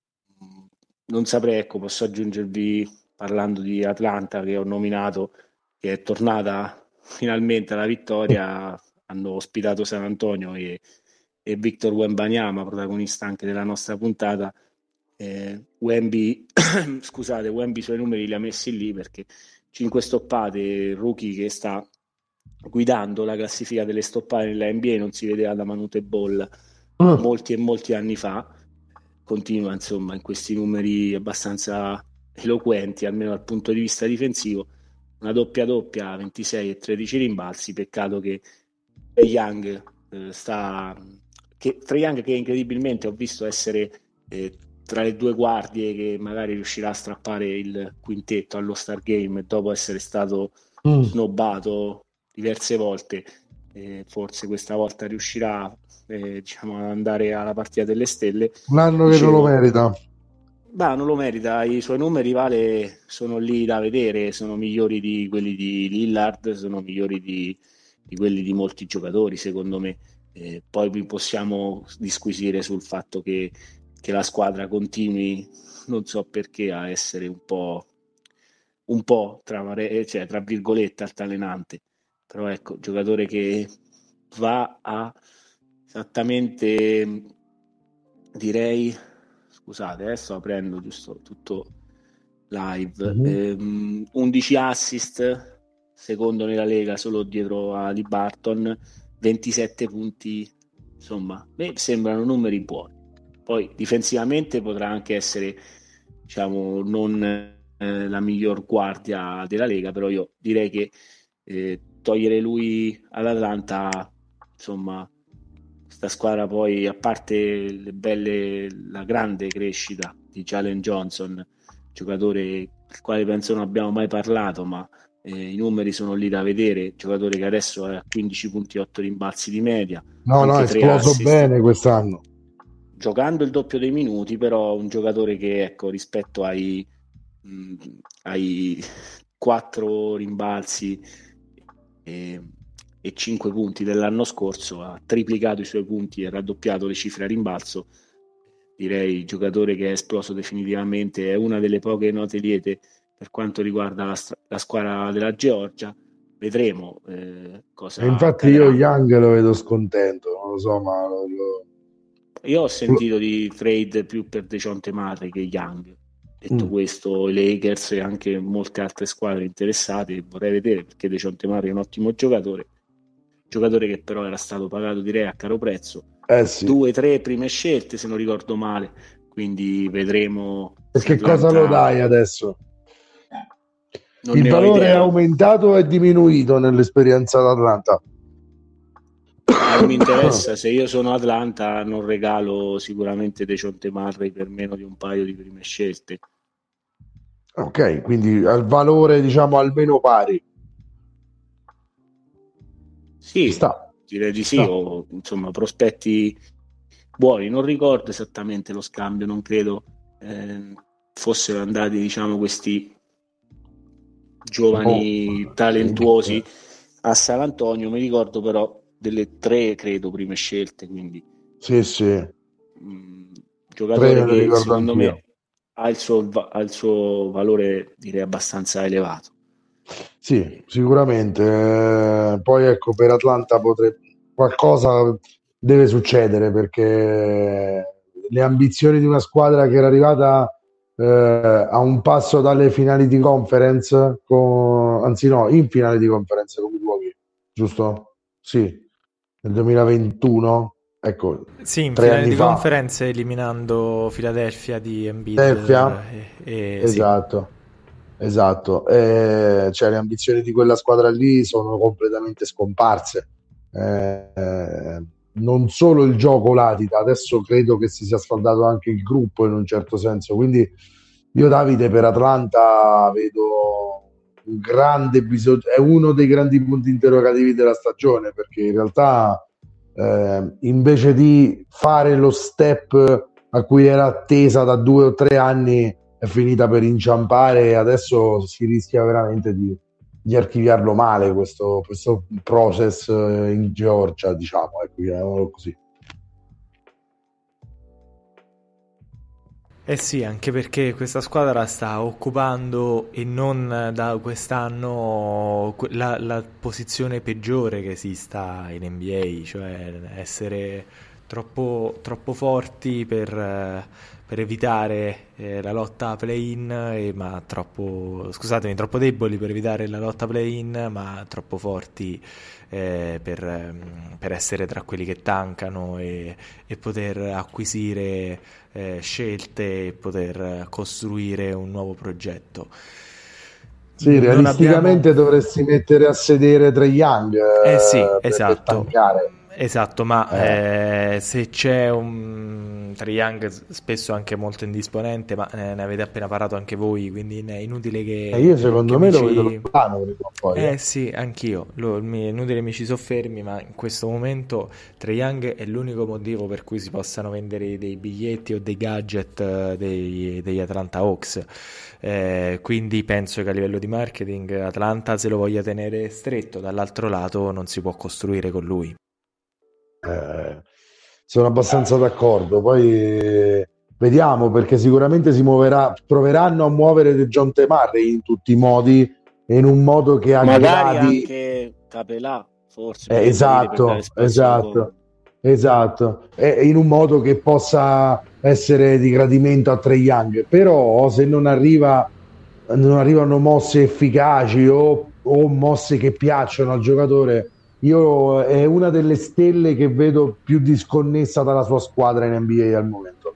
[SPEAKER 3] Non saprei, ecco, posso aggiungervi, parlando di Atlanta che ho nominato, che è tornata finalmente alla vittoria. Hanno ospitato San Antonio e, e Victor Wembanyama, protagonista anche della nostra puntata. eh, Wemby scusate, Wemby i suoi numeri li ha messi lì perché cinque stoppate, rookie che sta guidando la classifica delle stoppate nella N B A, non si vedeva da Manute Ball
[SPEAKER 2] Mm.
[SPEAKER 3] molti e molti anni fa. Continua insomma in questi numeri abbastanza eloquenti, almeno dal punto di vista difensivo. Una doppia doppia, ventisei e tredici rimbalzi. Peccato che Trae Young eh, sta che Trae Young, che incredibilmente ho visto essere eh, tra le due guardie che magari riuscirà a strappare il quintetto allo Star Game dopo essere stato
[SPEAKER 2] Mm.
[SPEAKER 3] snobbato diverse volte. Eh, forse questa volta riuscirà eh, diciamo, ad andare alla partita delle stelle.
[SPEAKER 2] Un anno che
[SPEAKER 3] Dicevo,
[SPEAKER 2] non lo merita.
[SPEAKER 3] Bah, non lo merita, i suoi numeri, Vale, sono lì da vedere, sono migliori di quelli di Lillard, sono migliori di, di quelli di molti giocatori, secondo me. Eh, poi possiamo disquisire sul fatto che, che la squadra continui, non so perché, a essere un po', un po' tra, mare- cioè, tra virgolette, altalenante. Però ecco, giocatore che va a esattamente, direi, scusate, adesso aprendo giusto tutto live,
[SPEAKER 2] Mhm.
[SPEAKER 3] ehm, undici assist, secondo nella Lega, solo dietro a Lee Barton, ventisette punti, insomma, a me sembrano numeri buoni. Poi difensivamente potrà anche essere, diciamo, non eh, la miglior guardia della Lega, però io direi che eh, togliere lui all'Atlanta, insomma, questa squadra poi, a parte le belle, la grande crescita di Jalen Johnson, giocatore del quale penso non abbiamo mai parlato, ma eh, i numeri sono lì da vedere, giocatore che adesso è a quindici punti e otto rimbalzi di media,
[SPEAKER 2] No, no,
[SPEAKER 3] anche
[SPEAKER 2] è
[SPEAKER 3] tre
[SPEAKER 2] esploso
[SPEAKER 3] assist,
[SPEAKER 2] bene quest'anno.
[SPEAKER 3] giocando il doppio dei minuti, però un giocatore che, ecco, rispetto ai, mh, ai quattro rimbalzi e, e cinque punti dell'anno scorso ha triplicato i suoi punti e raddoppiato le cifre a rimbalzo. Direi giocatore che è esploso definitivamente, è una delle poche note liete per quanto riguarda la, la squadra della Georgia. vedremo eh, cosa
[SPEAKER 2] E infatti
[SPEAKER 3] accadrà.
[SPEAKER 2] io Young lo vedo scontento, non lo so, ma lo, lo...
[SPEAKER 3] Io ho sentito di trade più per Dejounte Murray che Young. Detto
[SPEAKER 2] Mm.
[SPEAKER 3] questo, i Lakers e anche molte altre squadre interessate vorrei vedere, perché Dejounte Murray è un ottimo giocatore, giocatore che però era stato pagato direi a caro prezzo,
[SPEAKER 2] Eh sì.
[SPEAKER 3] due, tre prime scelte se non ricordo male, quindi vedremo.
[SPEAKER 2] E che Atlanta... cosa lo dai adesso?
[SPEAKER 3] Non
[SPEAKER 2] Il valore è aumentato o è diminuito nell'esperienza d'Atlanta?
[SPEAKER 3] Non mi interessa, se io sono Atlanta non regalo sicuramente Dejounte Murray per meno di un paio di prime scelte.
[SPEAKER 2] Ok, quindi al valore diciamo almeno pari.
[SPEAKER 3] Sì,
[SPEAKER 2] sta.
[SPEAKER 3] direi di sì, o insomma prospetti buoni. Non ricordo esattamente lo scambio, non credo eh, fossero andati diciamo questi giovani oh, talentuosi a San Antonio, mi ricordo però delle tre credo prime scelte, quindi
[SPEAKER 2] sì sì
[SPEAKER 3] mh, giocatore che secondo
[SPEAKER 2] anch'io.
[SPEAKER 3] me ha il, suo, ha il suo valore direi abbastanza elevato.
[SPEAKER 2] Sì, sicuramente. Eh, poi ecco, per Atlanta potrebbe qualcosa deve succedere, perché le ambizioni di una squadra che era arrivata eh, a un passo dalle finali di conference, con, anzi no, in finale di conference con Milwaukee, giusto? Sì, nel duemilaventuno, ecco,
[SPEAKER 1] sì, in
[SPEAKER 2] tre
[SPEAKER 1] finale
[SPEAKER 2] anni
[SPEAKER 1] di
[SPEAKER 2] fa.
[SPEAKER 1] conference eliminando Philadelphia di Embiid.
[SPEAKER 2] Philadelphia?
[SPEAKER 1] E, e,
[SPEAKER 2] esatto. Sì. Esatto, eh, cioè le ambizioni di quella squadra lì sono completamente scomparse. Eh, non solo il gioco latita, adesso credo che si sia sfaldato anche il gruppo in un certo senso. Quindi io, Davide, per Atlanta vedo un grande bisogno, è uno dei grandi punti interrogativi della stagione, perché in realtà eh, invece di fare lo step a cui era attesa da due o tre anni, è finita per inciampare e adesso si rischia veramente di, di archiviarlo male questo, questo process in Georgia, diciamo, ecco, così.
[SPEAKER 1] Eh sì, anche perché questa squadra sta occupando, e non da quest'anno, la, la posizione peggiore che esista in N B A, cioè essere troppo, troppo forti per, per evitare eh, la lotta play-in, eh, ma troppo, scusatemi, troppo deboli per evitare la lotta play-in, ma troppo forti eh, per, per essere tra quelli che tankano e, e poter acquisire eh, scelte e poter costruire un nuovo progetto.
[SPEAKER 2] Sì, realisticamente abbiamo... dovresti mettere a sedere Trae Young
[SPEAKER 1] eh, eh sì,
[SPEAKER 2] per,
[SPEAKER 1] esatto.
[SPEAKER 2] per tankare.
[SPEAKER 1] Esatto, ma eh. Eh, se c'è un Trae Young spesso anche molto indisponente, ma ne, ne avete appena parlato anche voi, quindi è inutile che
[SPEAKER 2] eh io secondo
[SPEAKER 1] che
[SPEAKER 2] me
[SPEAKER 1] lo
[SPEAKER 2] ci...
[SPEAKER 1] vedo
[SPEAKER 2] lontano prima o poi.
[SPEAKER 1] Eh sì, anch'io, lo, mi, è inutile mi ci soffermi, ma in questo momento Trae Young è l'unico motivo per cui si possano vendere dei biglietti o dei gadget dei, degli Atlanta Hawks. Eh, quindi penso che a livello di marketing Atlanta se lo voglia tenere stretto, dall'altro lato non si può costruire con lui.
[SPEAKER 2] Eh, sono abbastanza d'accordo, poi eh, vediamo, perché sicuramente si muoverà, proveranno a muovere Dejounte Murray in tutti i modi e in un modo che
[SPEAKER 3] magari
[SPEAKER 2] aggradi
[SPEAKER 3] anche Capelà, forse
[SPEAKER 2] eh, esatto, esatto, esatto, e in un modo che possa essere di gradimento a Trae Young. Però se non arriva non arrivano mosse efficaci o, o mosse che piacciono al giocatore, io è una delle stelle che vedo più disconnessa dalla sua squadra in N B A al momento.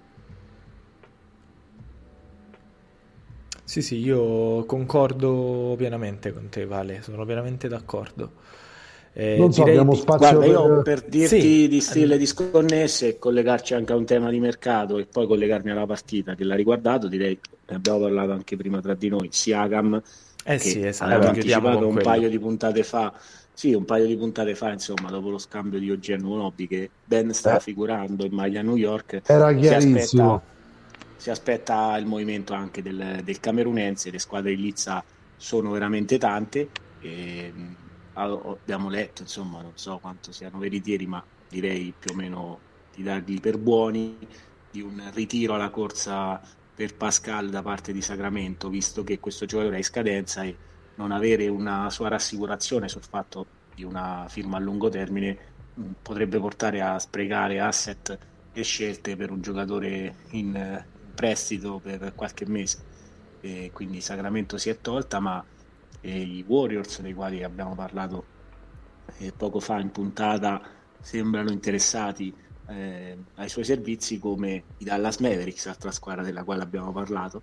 [SPEAKER 1] Sì, sì, io concordo pienamente con te, Vale, sono pienamente d'accordo.
[SPEAKER 2] Eh, non so, abbiamo
[SPEAKER 1] di...
[SPEAKER 2] spazio
[SPEAKER 3] Guarda,
[SPEAKER 2] per...
[SPEAKER 3] io per dirti
[SPEAKER 1] sì.
[SPEAKER 3] di stile disconnesse e collegarci anche a un tema di mercato e poi collegarmi alla partita che l'ha riguardato, direi, ne abbiamo parlato anche prima tra di noi, Siakam,
[SPEAKER 1] eh
[SPEAKER 3] che
[SPEAKER 1] sì, esatto,
[SPEAKER 3] aveva anticipato un
[SPEAKER 1] quello.
[SPEAKER 3] paio di puntate fa, sì, un paio di puntate fa, insomma, dopo lo scambio di O G Anunoby che Ben sta
[SPEAKER 2] eh.
[SPEAKER 3] figurando in maglia New York,
[SPEAKER 2] era
[SPEAKER 3] si
[SPEAKER 2] chiarissimo.
[SPEAKER 3] aspetta, si aspetta il movimento anche del, del camerunense, le squadre di Lizza sono veramente tante e abbiamo letto, insomma, non so quanto siano veritieri, ma direi più o meno di dargli per buoni, di un ritiro alla corsa per Pascal da parte di Sacramento, visto che questo giocatore è in scadenza e non avere una sua rassicurazione sul fatto di una firma a lungo termine mh, potrebbe portare a sprecare asset e scelte per un giocatore in eh, prestito per qualche mese. E quindi Sacramento si è tolta, ma eh, i Warriors, dei quali abbiamo parlato eh, poco fa in puntata, sembrano interessati eh, ai suoi servizi, come i Dallas Mavericks, altra squadra della quale abbiamo parlato,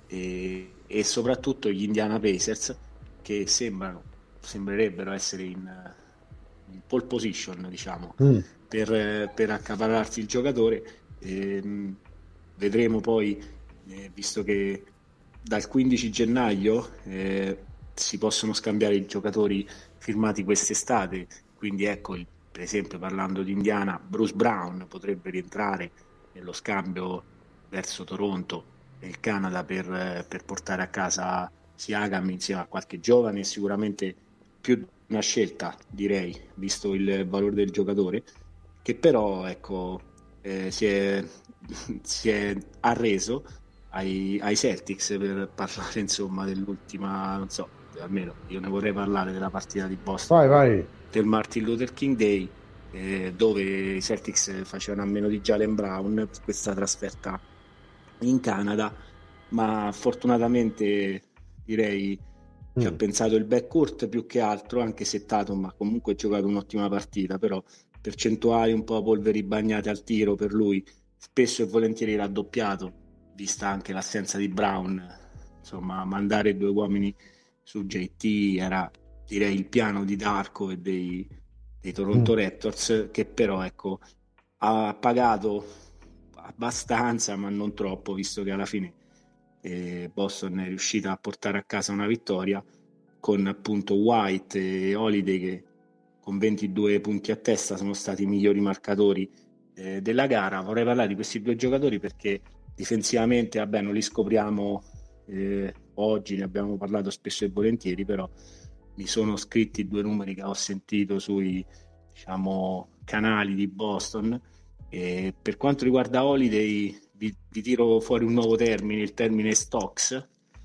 [SPEAKER 3] e, e soprattutto gli Indiana Pacers, che sembrano, sembrerebbero essere in, in pole position, diciamo,
[SPEAKER 2] Mm.
[SPEAKER 3] per, per accaparrarsi il giocatore. E, vedremo poi, eh, visto che dal quindici gennaio eh, si possono scambiare i giocatori firmati quest'estate, quindi ecco, il, per esempio parlando di Indiana, Bruce Brown potrebbe rientrare nello scambio verso Toronto e il Canada per, per portare a casa Siakam insieme a qualche giovane, sicuramente più una scelta, direi, visto il valore del giocatore, che però ecco eh, si, è, si è arreso ai, ai Celtics per parlare insomma dell'ultima, non so, almeno io ne vorrei parlare della partita di Boston,
[SPEAKER 2] Vai, vai.
[SPEAKER 3] del Martin Luther King Day, eh, dove i Celtics facevano a meno di Jaylen Brown questa trasferta in Canada, ma fortunatamente direi che ha
[SPEAKER 2] Mm.
[SPEAKER 3] pensato il backcourt più che altro, anche se Tatum ha comunque giocato un'ottima partita, però percentuali un po' polveri bagnate al tiro per lui, spesso e volentieri raddoppiato, vista anche l'assenza di Brown. Insomma, mandare due uomini su J T era, direi, il piano di Darko e dei, dei Toronto
[SPEAKER 2] Mm.
[SPEAKER 3] Raptors, che però ecco ha pagato abbastanza, ma non troppo, visto che alla fine eh, Boston è riuscita a portare a casa una vittoria con appunto White e Holiday, che con ventidue punti a testa sono stati i migliori marcatori eh, della gara. Vorrei parlare di questi due giocatori perché difensivamente, vabbè, non li scopriamo eh, oggi, ne abbiamo parlato spesso e volentieri, però mi sono scritti due numeri che ho sentito sui, diciamo, canali di Boston. E per quanto riguarda Holiday, vi, vi tiro fuori un nuovo termine, il termine stocks,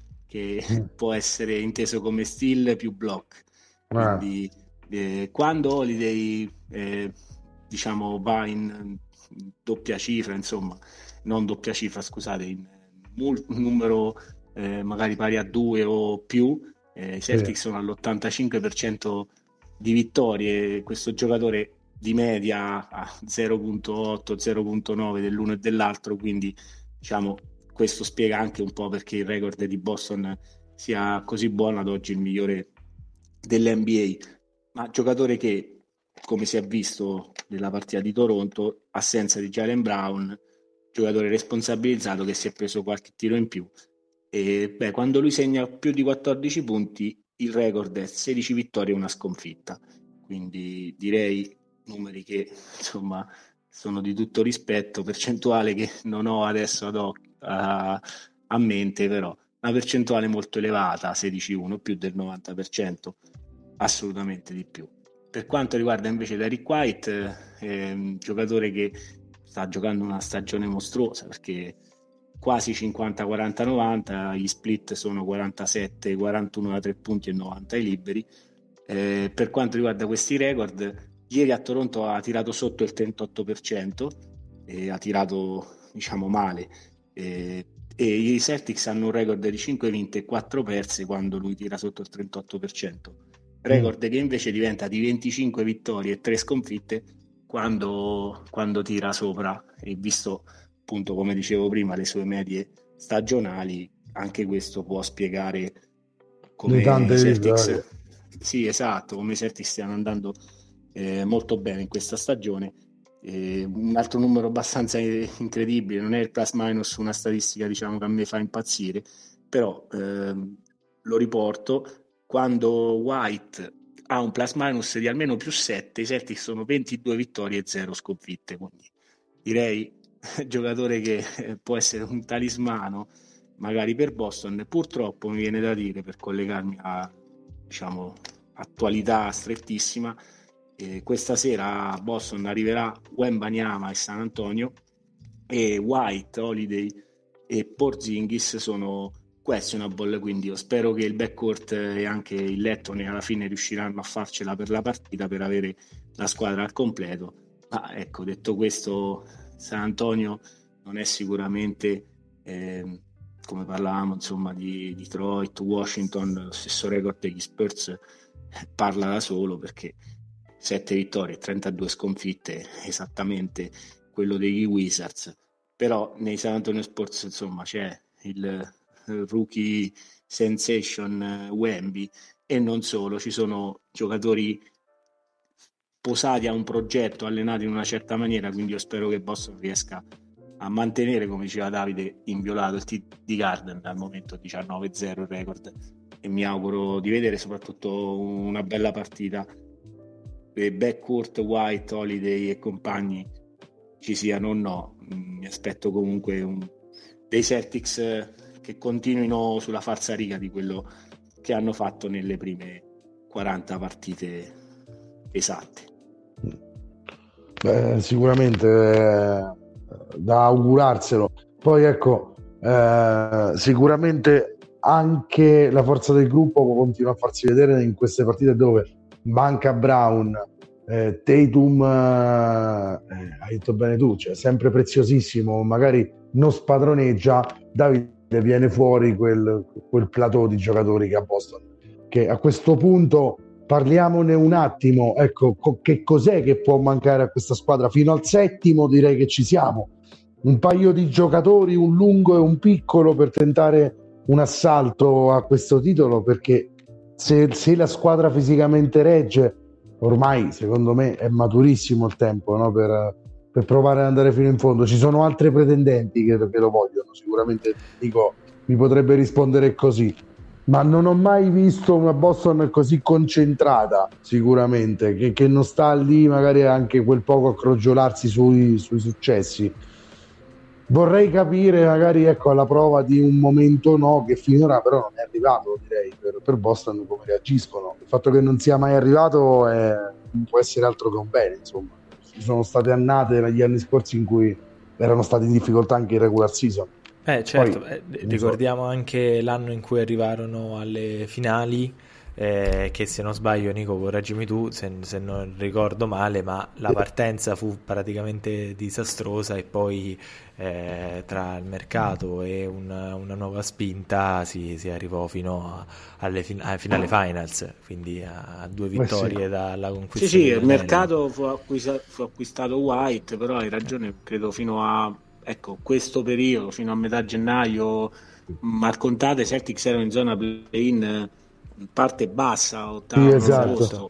[SPEAKER 3] che
[SPEAKER 2] Mm.
[SPEAKER 3] può essere inteso come steal più block.
[SPEAKER 2] Ah.
[SPEAKER 3] Quindi eh, quando Holiday eh, diciamo va in, in doppia cifra, insomma, non doppia cifra, scusate, in mul- un numero eh, magari pari a due o più, eh, i Celtics
[SPEAKER 2] Sì.
[SPEAKER 3] sono all'ottantacinque per cento di vittorie. Questo giocatore di media a zero virgola otto zero virgola nove dell'uno e dell'altro, quindi diciamo questo spiega anche un po' perché il record di Boston sia così buono, ad oggi il migliore dell'N B A, ma giocatore che, come si è visto nella partita di Toronto, assenza di Jaylen Brown, giocatore responsabilizzato che si è preso qualche tiro in più. E beh, quando lui segna più di quattordici punti, il record è sedici vittorie e una sconfitta, quindi direi numeri che insomma sono di tutto rispetto, percentuale che non ho adesso ad hoc, a, a mente, però una percentuale molto elevata, sedici uno, più del novanta per cento, assolutamente di più. Per quanto riguarda invece Derrick White, eh, un giocatore che sta giocando una stagione mostruosa, perché quasi cinquanta quaranta novanta, gli split sono quarantasette quarantuno da tre punti e novanta ai liberi. Eh, per quanto riguarda questi record, ieri a Toronto ha tirato sotto il trentotto per cento, e ha tirato diciamo male, eh, e i Celtics hanno un record di cinque vinte e quattro perse quando lui tira sotto il trentotto per cento, record mm. che invece diventa di venticinque vittorie e tre sconfitte quando, quando tira sopra, e visto appunto, come dicevo prima, le sue medie stagionali, anche questo può spiegare come i Celtics, sì, esatto, come i Celtics stiano andando eh, molto bene in questa stagione. Eh, un altro numero abbastanza incredibile, non è il plus minus una statistica diciamo che a me fa impazzire, però ehm, lo riporto: quando White ha un plus minus di almeno più sette, i Celtics sono ventidue vittorie e zero sconfitte, quindi direi giocatore che può essere un talismano magari per Boston. Purtroppo mi viene da dire, per collegarmi a diciamo attualità strettissima, eh, questa sera a Boston arriverà Wembanyama e San Antonio, e White, Holiday e Porzingis sono questionable, quindi io spero che il backcourt e anche il Lettone alla fine riusciranno a farcela per la partita per avere la squadra al completo. Ma ecco, detto questo, San Antonio non è sicuramente eh, come parlavamo insomma di Detroit, Washington, lo stesso record degli Spurs eh, parla da solo, perché sette vittorie e trentadue sconfitte, esattamente quello degli Wizards. Però nei San Antonio Spurs insomma c'è il rookie sensation Wemby, e non solo, ci sono giocatori posati a un progetto, allenati in una certa maniera, quindi io spero che Boston riesca a mantenere, come diceva Davide, inviolato il T D Garden, al momento diciannove zero il record, e mi auguro di vedere soprattutto una bella partita e backcourt White, Holiday e compagni ci siano o no. Mi aspetto comunque un, dei Celtics che continuino sulla falsariga di quello che hanno fatto nelle prime quaranta partite esatte.
[SPEAKER 2] Beh, sicuramente eh, da augurarselo. Poi ecco, eh, sicuramente anche la forza del gruppo continua a farsi vedere in queste partite dove manca Brown, eh, Tatum, eh, hai detto bene tu, cioè sempre preziosissimo, magari non spadroneggia, Davide viene fuori quel, quel plateau di giocatori che a Boston, che a questo punto parliamone un attimo, ecco, co- che cos'è che può mancare a questa squadra? Fino al settimo direi che ci siamo, un paio di giocatori, un lungo e un piccolo, per tentare un assalto a questo titolo, perché se, se la squadra fisicamente regge, ormai secondo me è maturissimo il tempo, no? per, per provare ad andare fino in fondo. Ci sono altre pretendenti che, che lo vogliono, sicuramente Nico mi potrebbe rispondere così, ma non ho mai visto una Boston così concentrata, sicuramente, che, che non sta lì magari anche quel poco a crogiolarsi sui, sui successi. Vorrei capire magari, ecco, alla prova di un momento no, che finora però non è arrivato, direi, per, per Boston, come reagiscono. Il fatto che non sia mai arrivato è, non può essere altro che un bene, insomma. Ci sono state annate negli anni scorsi in cui erano stati in difficoltà anche in regular season.
[SPEAKER 1] Eh certo,
[SPEAKER 2] Poi,
[SPEAKER 1] eh, ricordiamo anche l'anno in cui arrivarono alle finali, eh, che se non sbaglio, Nico, correggimi tu se, se non ricordo male, ma la partenza fu praticamente disastrosa e poi eh, tra il mercato e una, una nuova spinta si, si arrivò fino a, alle fin- alle finale finals, quindi a, a due vittorie
[SPEAKER 2] sì.
[SPEAKER 1] dalla conquista.
[SPEAKER 3] Sì, sì, il
[SPEAKER 1] dell'anello.
[SPEAKER 3] mercato fu, acquisa- fu acquistato White, però hai ragione, credo fino a ecco questo periodo, fino a metà gennaio, mal contate, Celtics erano in zona play-in, parte bassa, ottavo,
[SPEAKER 2] Sì, esatto.
[SPEAKER 3] posto,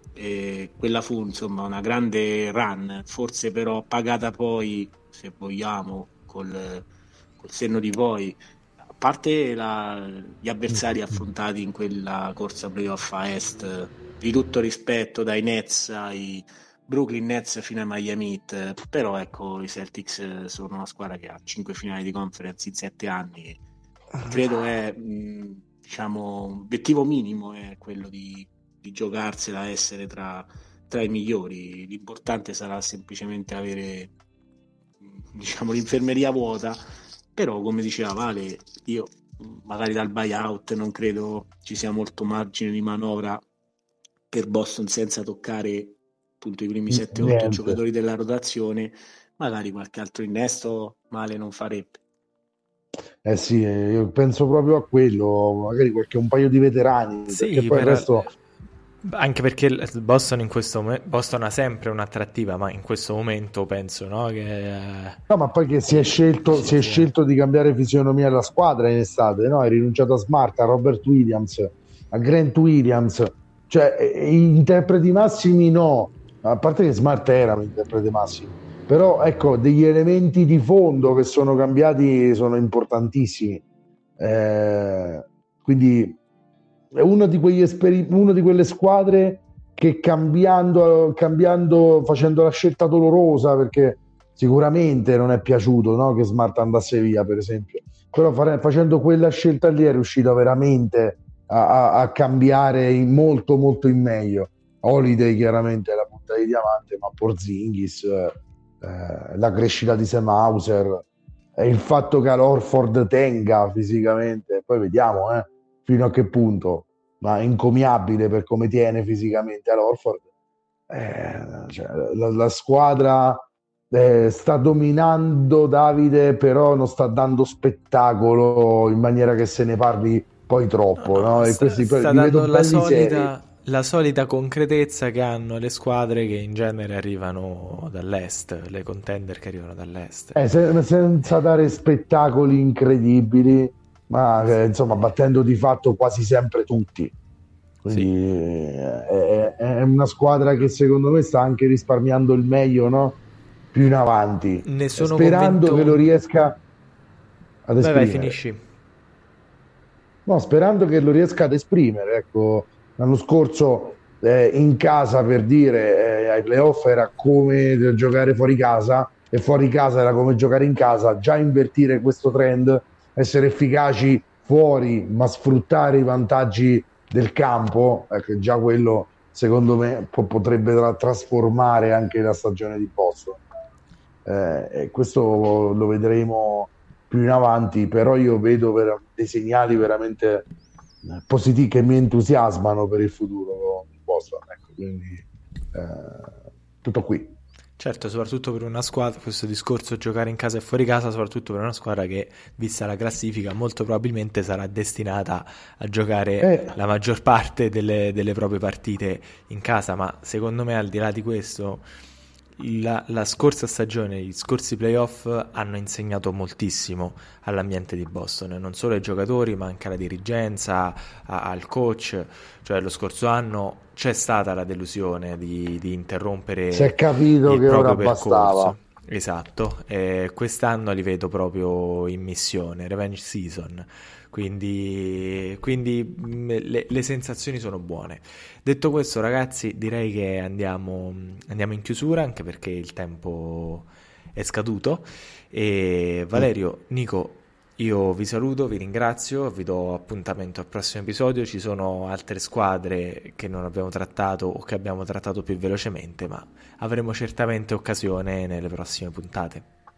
[SPEAKER 3] e quella fu insomma una grande run, forse però pagata poi, se vogliamo, col, col senno di poi, a parte la, gli avversari affrontati in quella corsa playoff a est, di tutto rispetto, dai Nets ai Brooklyn Nets fino ai Miami Heat, però ecco i Celtics sono una squadra che ha cinque finali di conference in sette anni, credo è mh, diciamo obiettivo minimo è quello di, di giocarsela, essere tra, tra i migliori. L'importante sarà semplicemente avere mh, diciamo l'infermeria vuota, però come diceva Vale, io magari dal buyout non credo ci sia molto margine di manovra per Boston senza toccare appunto i primi sette otto giocatori della rotazione, magari qualche altro innesto male non farebbe.
[SPEAKER 2] Eh sì, io penso proprio a quello, magari qualche un paio di veterani,
[SPEAKER 1] sì,
[SPEAKER 2] perché poi il resto...
[SPEAKER 1] Anche perché il Boston in questo momento, Boston ha sempre un'attrattiva, ma in questo momento penso, no? Che...
[SPEAKER 2] No, ma poi che si è scelto, sì, si è sì. scelto di cambiare fisionomia alla squadra in estate, no? Hai rinunciato a Smart, a Robert Williams, a Grant Williams, cioè interpreti massimi no, a parte che Smart era un interprete massimo, però ecco, degli elementi di fondo che sono cambiati sono importantissimi, eh, quindi è uno di quegli esperi- uno di quelle squadre che cambiando, cambiando, facendo la scelta dolorosa, perché sicuramente non è piaciuto, no, che Smart andasse via, per esempio, però fare, facendo quella scelta lì è riuscito veramente a, a, a cambiare in molto molto in meglio. Holiday chiaramente è la punta di diamante, ma Porzingis, eh, la crescita di Sam Hauser, e il fatto che Horford tenga fisicamente, poi vediamo eh, fino a che punto, ma è incomiabile per come tiene fisicamente Horford. Eh, cioè, la, la squadra eh, sta dominando, Davide, però non sta dando spettacolo in maniera che se ne parli poi troppo,
[SPEAKER 1] No,
[SPEAKER 2] no?
[SPEAKER 1] no,
[SPEAKER 2] E
[SPEAKER 1] sta,
[SPEAKER 2] questi
[SPEAKER 1] sta
[SPEAKER 2] li vedo
[SPEAKER 1] dando la
[SPEAKER 2] belli seri.
[SPEAKER 1] solita, la solita concretezza che hanno le squadre che in genere arrivano dall'est, le contender che arrivano dall'est.
[SPEAKER 2] Eh, se- senza dare spettacoli incredibili, ma eh, insomma battendo di fatto quasi sempre tutti.
[SPEAKER 1] Sì,
[SPEAKER 2] Quindi eh, è, è una squadra che secondo me sta anche risparmiando il meglio, no? Più in avanti,
[SPEAKER 1] ne
[SPEAKER 2] eh,
[SPEAKER 1] sono
[SPEAKER 2] sperando che lo
[SPEAKER 1] convinto.
[SPEAKER 2] riesca ad
[SPEAKER 1] Vai, vai,
[SPEAKER 2] esprimere.
[SPEAKER 1] finisci.
[SPEAKER 2] No, sperando che lo riesca ad esprimere. Ecco, l'anno scorso eh, in casa, per dire, eh, ai playoff era come giocare fuori casa e fuori casa era come giocare in casa. Già invertire questo trend, essere efficaci fuori, ma sfruttare i vantaggi del campo, ecco, già quello secondo me po- potrebbe tra- trasformare anche la stagione di Boston. Eh, e questo lo vedremo più in avanti, però io vedo ver- dei segnali veramente eh, positivi che mi entusiasmano per il futuro di Boston. Ecco, quindi eh, tutto qui.
[SPEAKER 1] Certo, soprattutto per una squadra, questo discorso giocare in casa e fuori casa, soprattutto per una squadra che, vista la classifica, molto probabilmente sarà destinata a giocare
[SPEAKER 2] Eh,
[SPEAKER 1] la maggior parte delle, delle proprie partite in casa, ma secondo me al di là di questo, la, la scorsa stagione, gli scorsi playoff hanno insegnato moltissimo all'ambiente di Boston, non solo ai giocatori ma anche alla dirigenza, a- al coach, cioè lo scorso anno c'è stata la delusione di, di
[SPEAKER 2] si è
[SPEAKER 1] interrompere
[SPEAKER 2] capito
[SPEAKER 1] il
[SPEAKER 2] che ora
[SPEAKER 1] proprio
[SPEAKER 2] bastava.
[SPEAKER 1] percorso. Esatto, e quest'anno li vedo proprio in missione, revenge season, quindi, quindi mh, le, le sensazioni sono buone. Detto questo, ragazzi, direi che andiamo, andiamo in chiusura anche perché il tempo è scaduto. E Valerio, Nico, io vi saluto, vi ringrazio, vi do appuntamento al prossimo episodio. Ci sono altre squadre che non abbiamo trattato o che abbiamo trattato più velocemente, ma avremo certamente occasione nelle prossime puntate.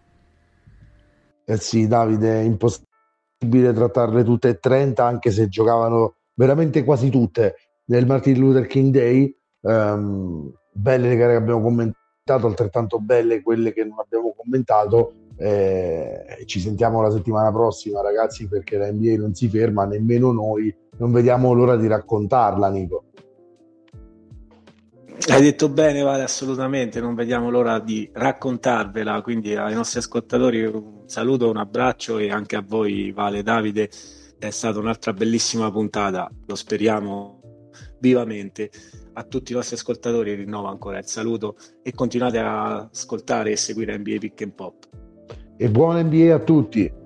[SPEAKER 2] Eh sì, Davide, è impossibile trattarle tutte e trenta, anche se giocavano veramente quasi tutte nel Martin Luther King Day. Ehm, belle le gare che abbiamo commentato, altrettanto belle quelle che non abbiamo commentato. Eh, ci sentiamo la settimana prossima, ragazzi, perché la N B A non si ferma, nemmeno noi. Non vediamo l'ora di raccontarla, Nico.
[SPEAKER 3] Hai detto bene, Vale, assolutamente, non vediamo l'ora di raccontarvela, quindi ai nostri ascoltatori un saluto, un abbraccio e anche a voi, Vale, Davide, è stata un'altra bellissima puntata, lo speriamo vivamente. A tutti i nostri ascoltatori rinnovo ancora il saluto e continuate a ascoltare e seguire N B A Pick and Pop.
[SPEAKER 2] E buona N B A a tutti!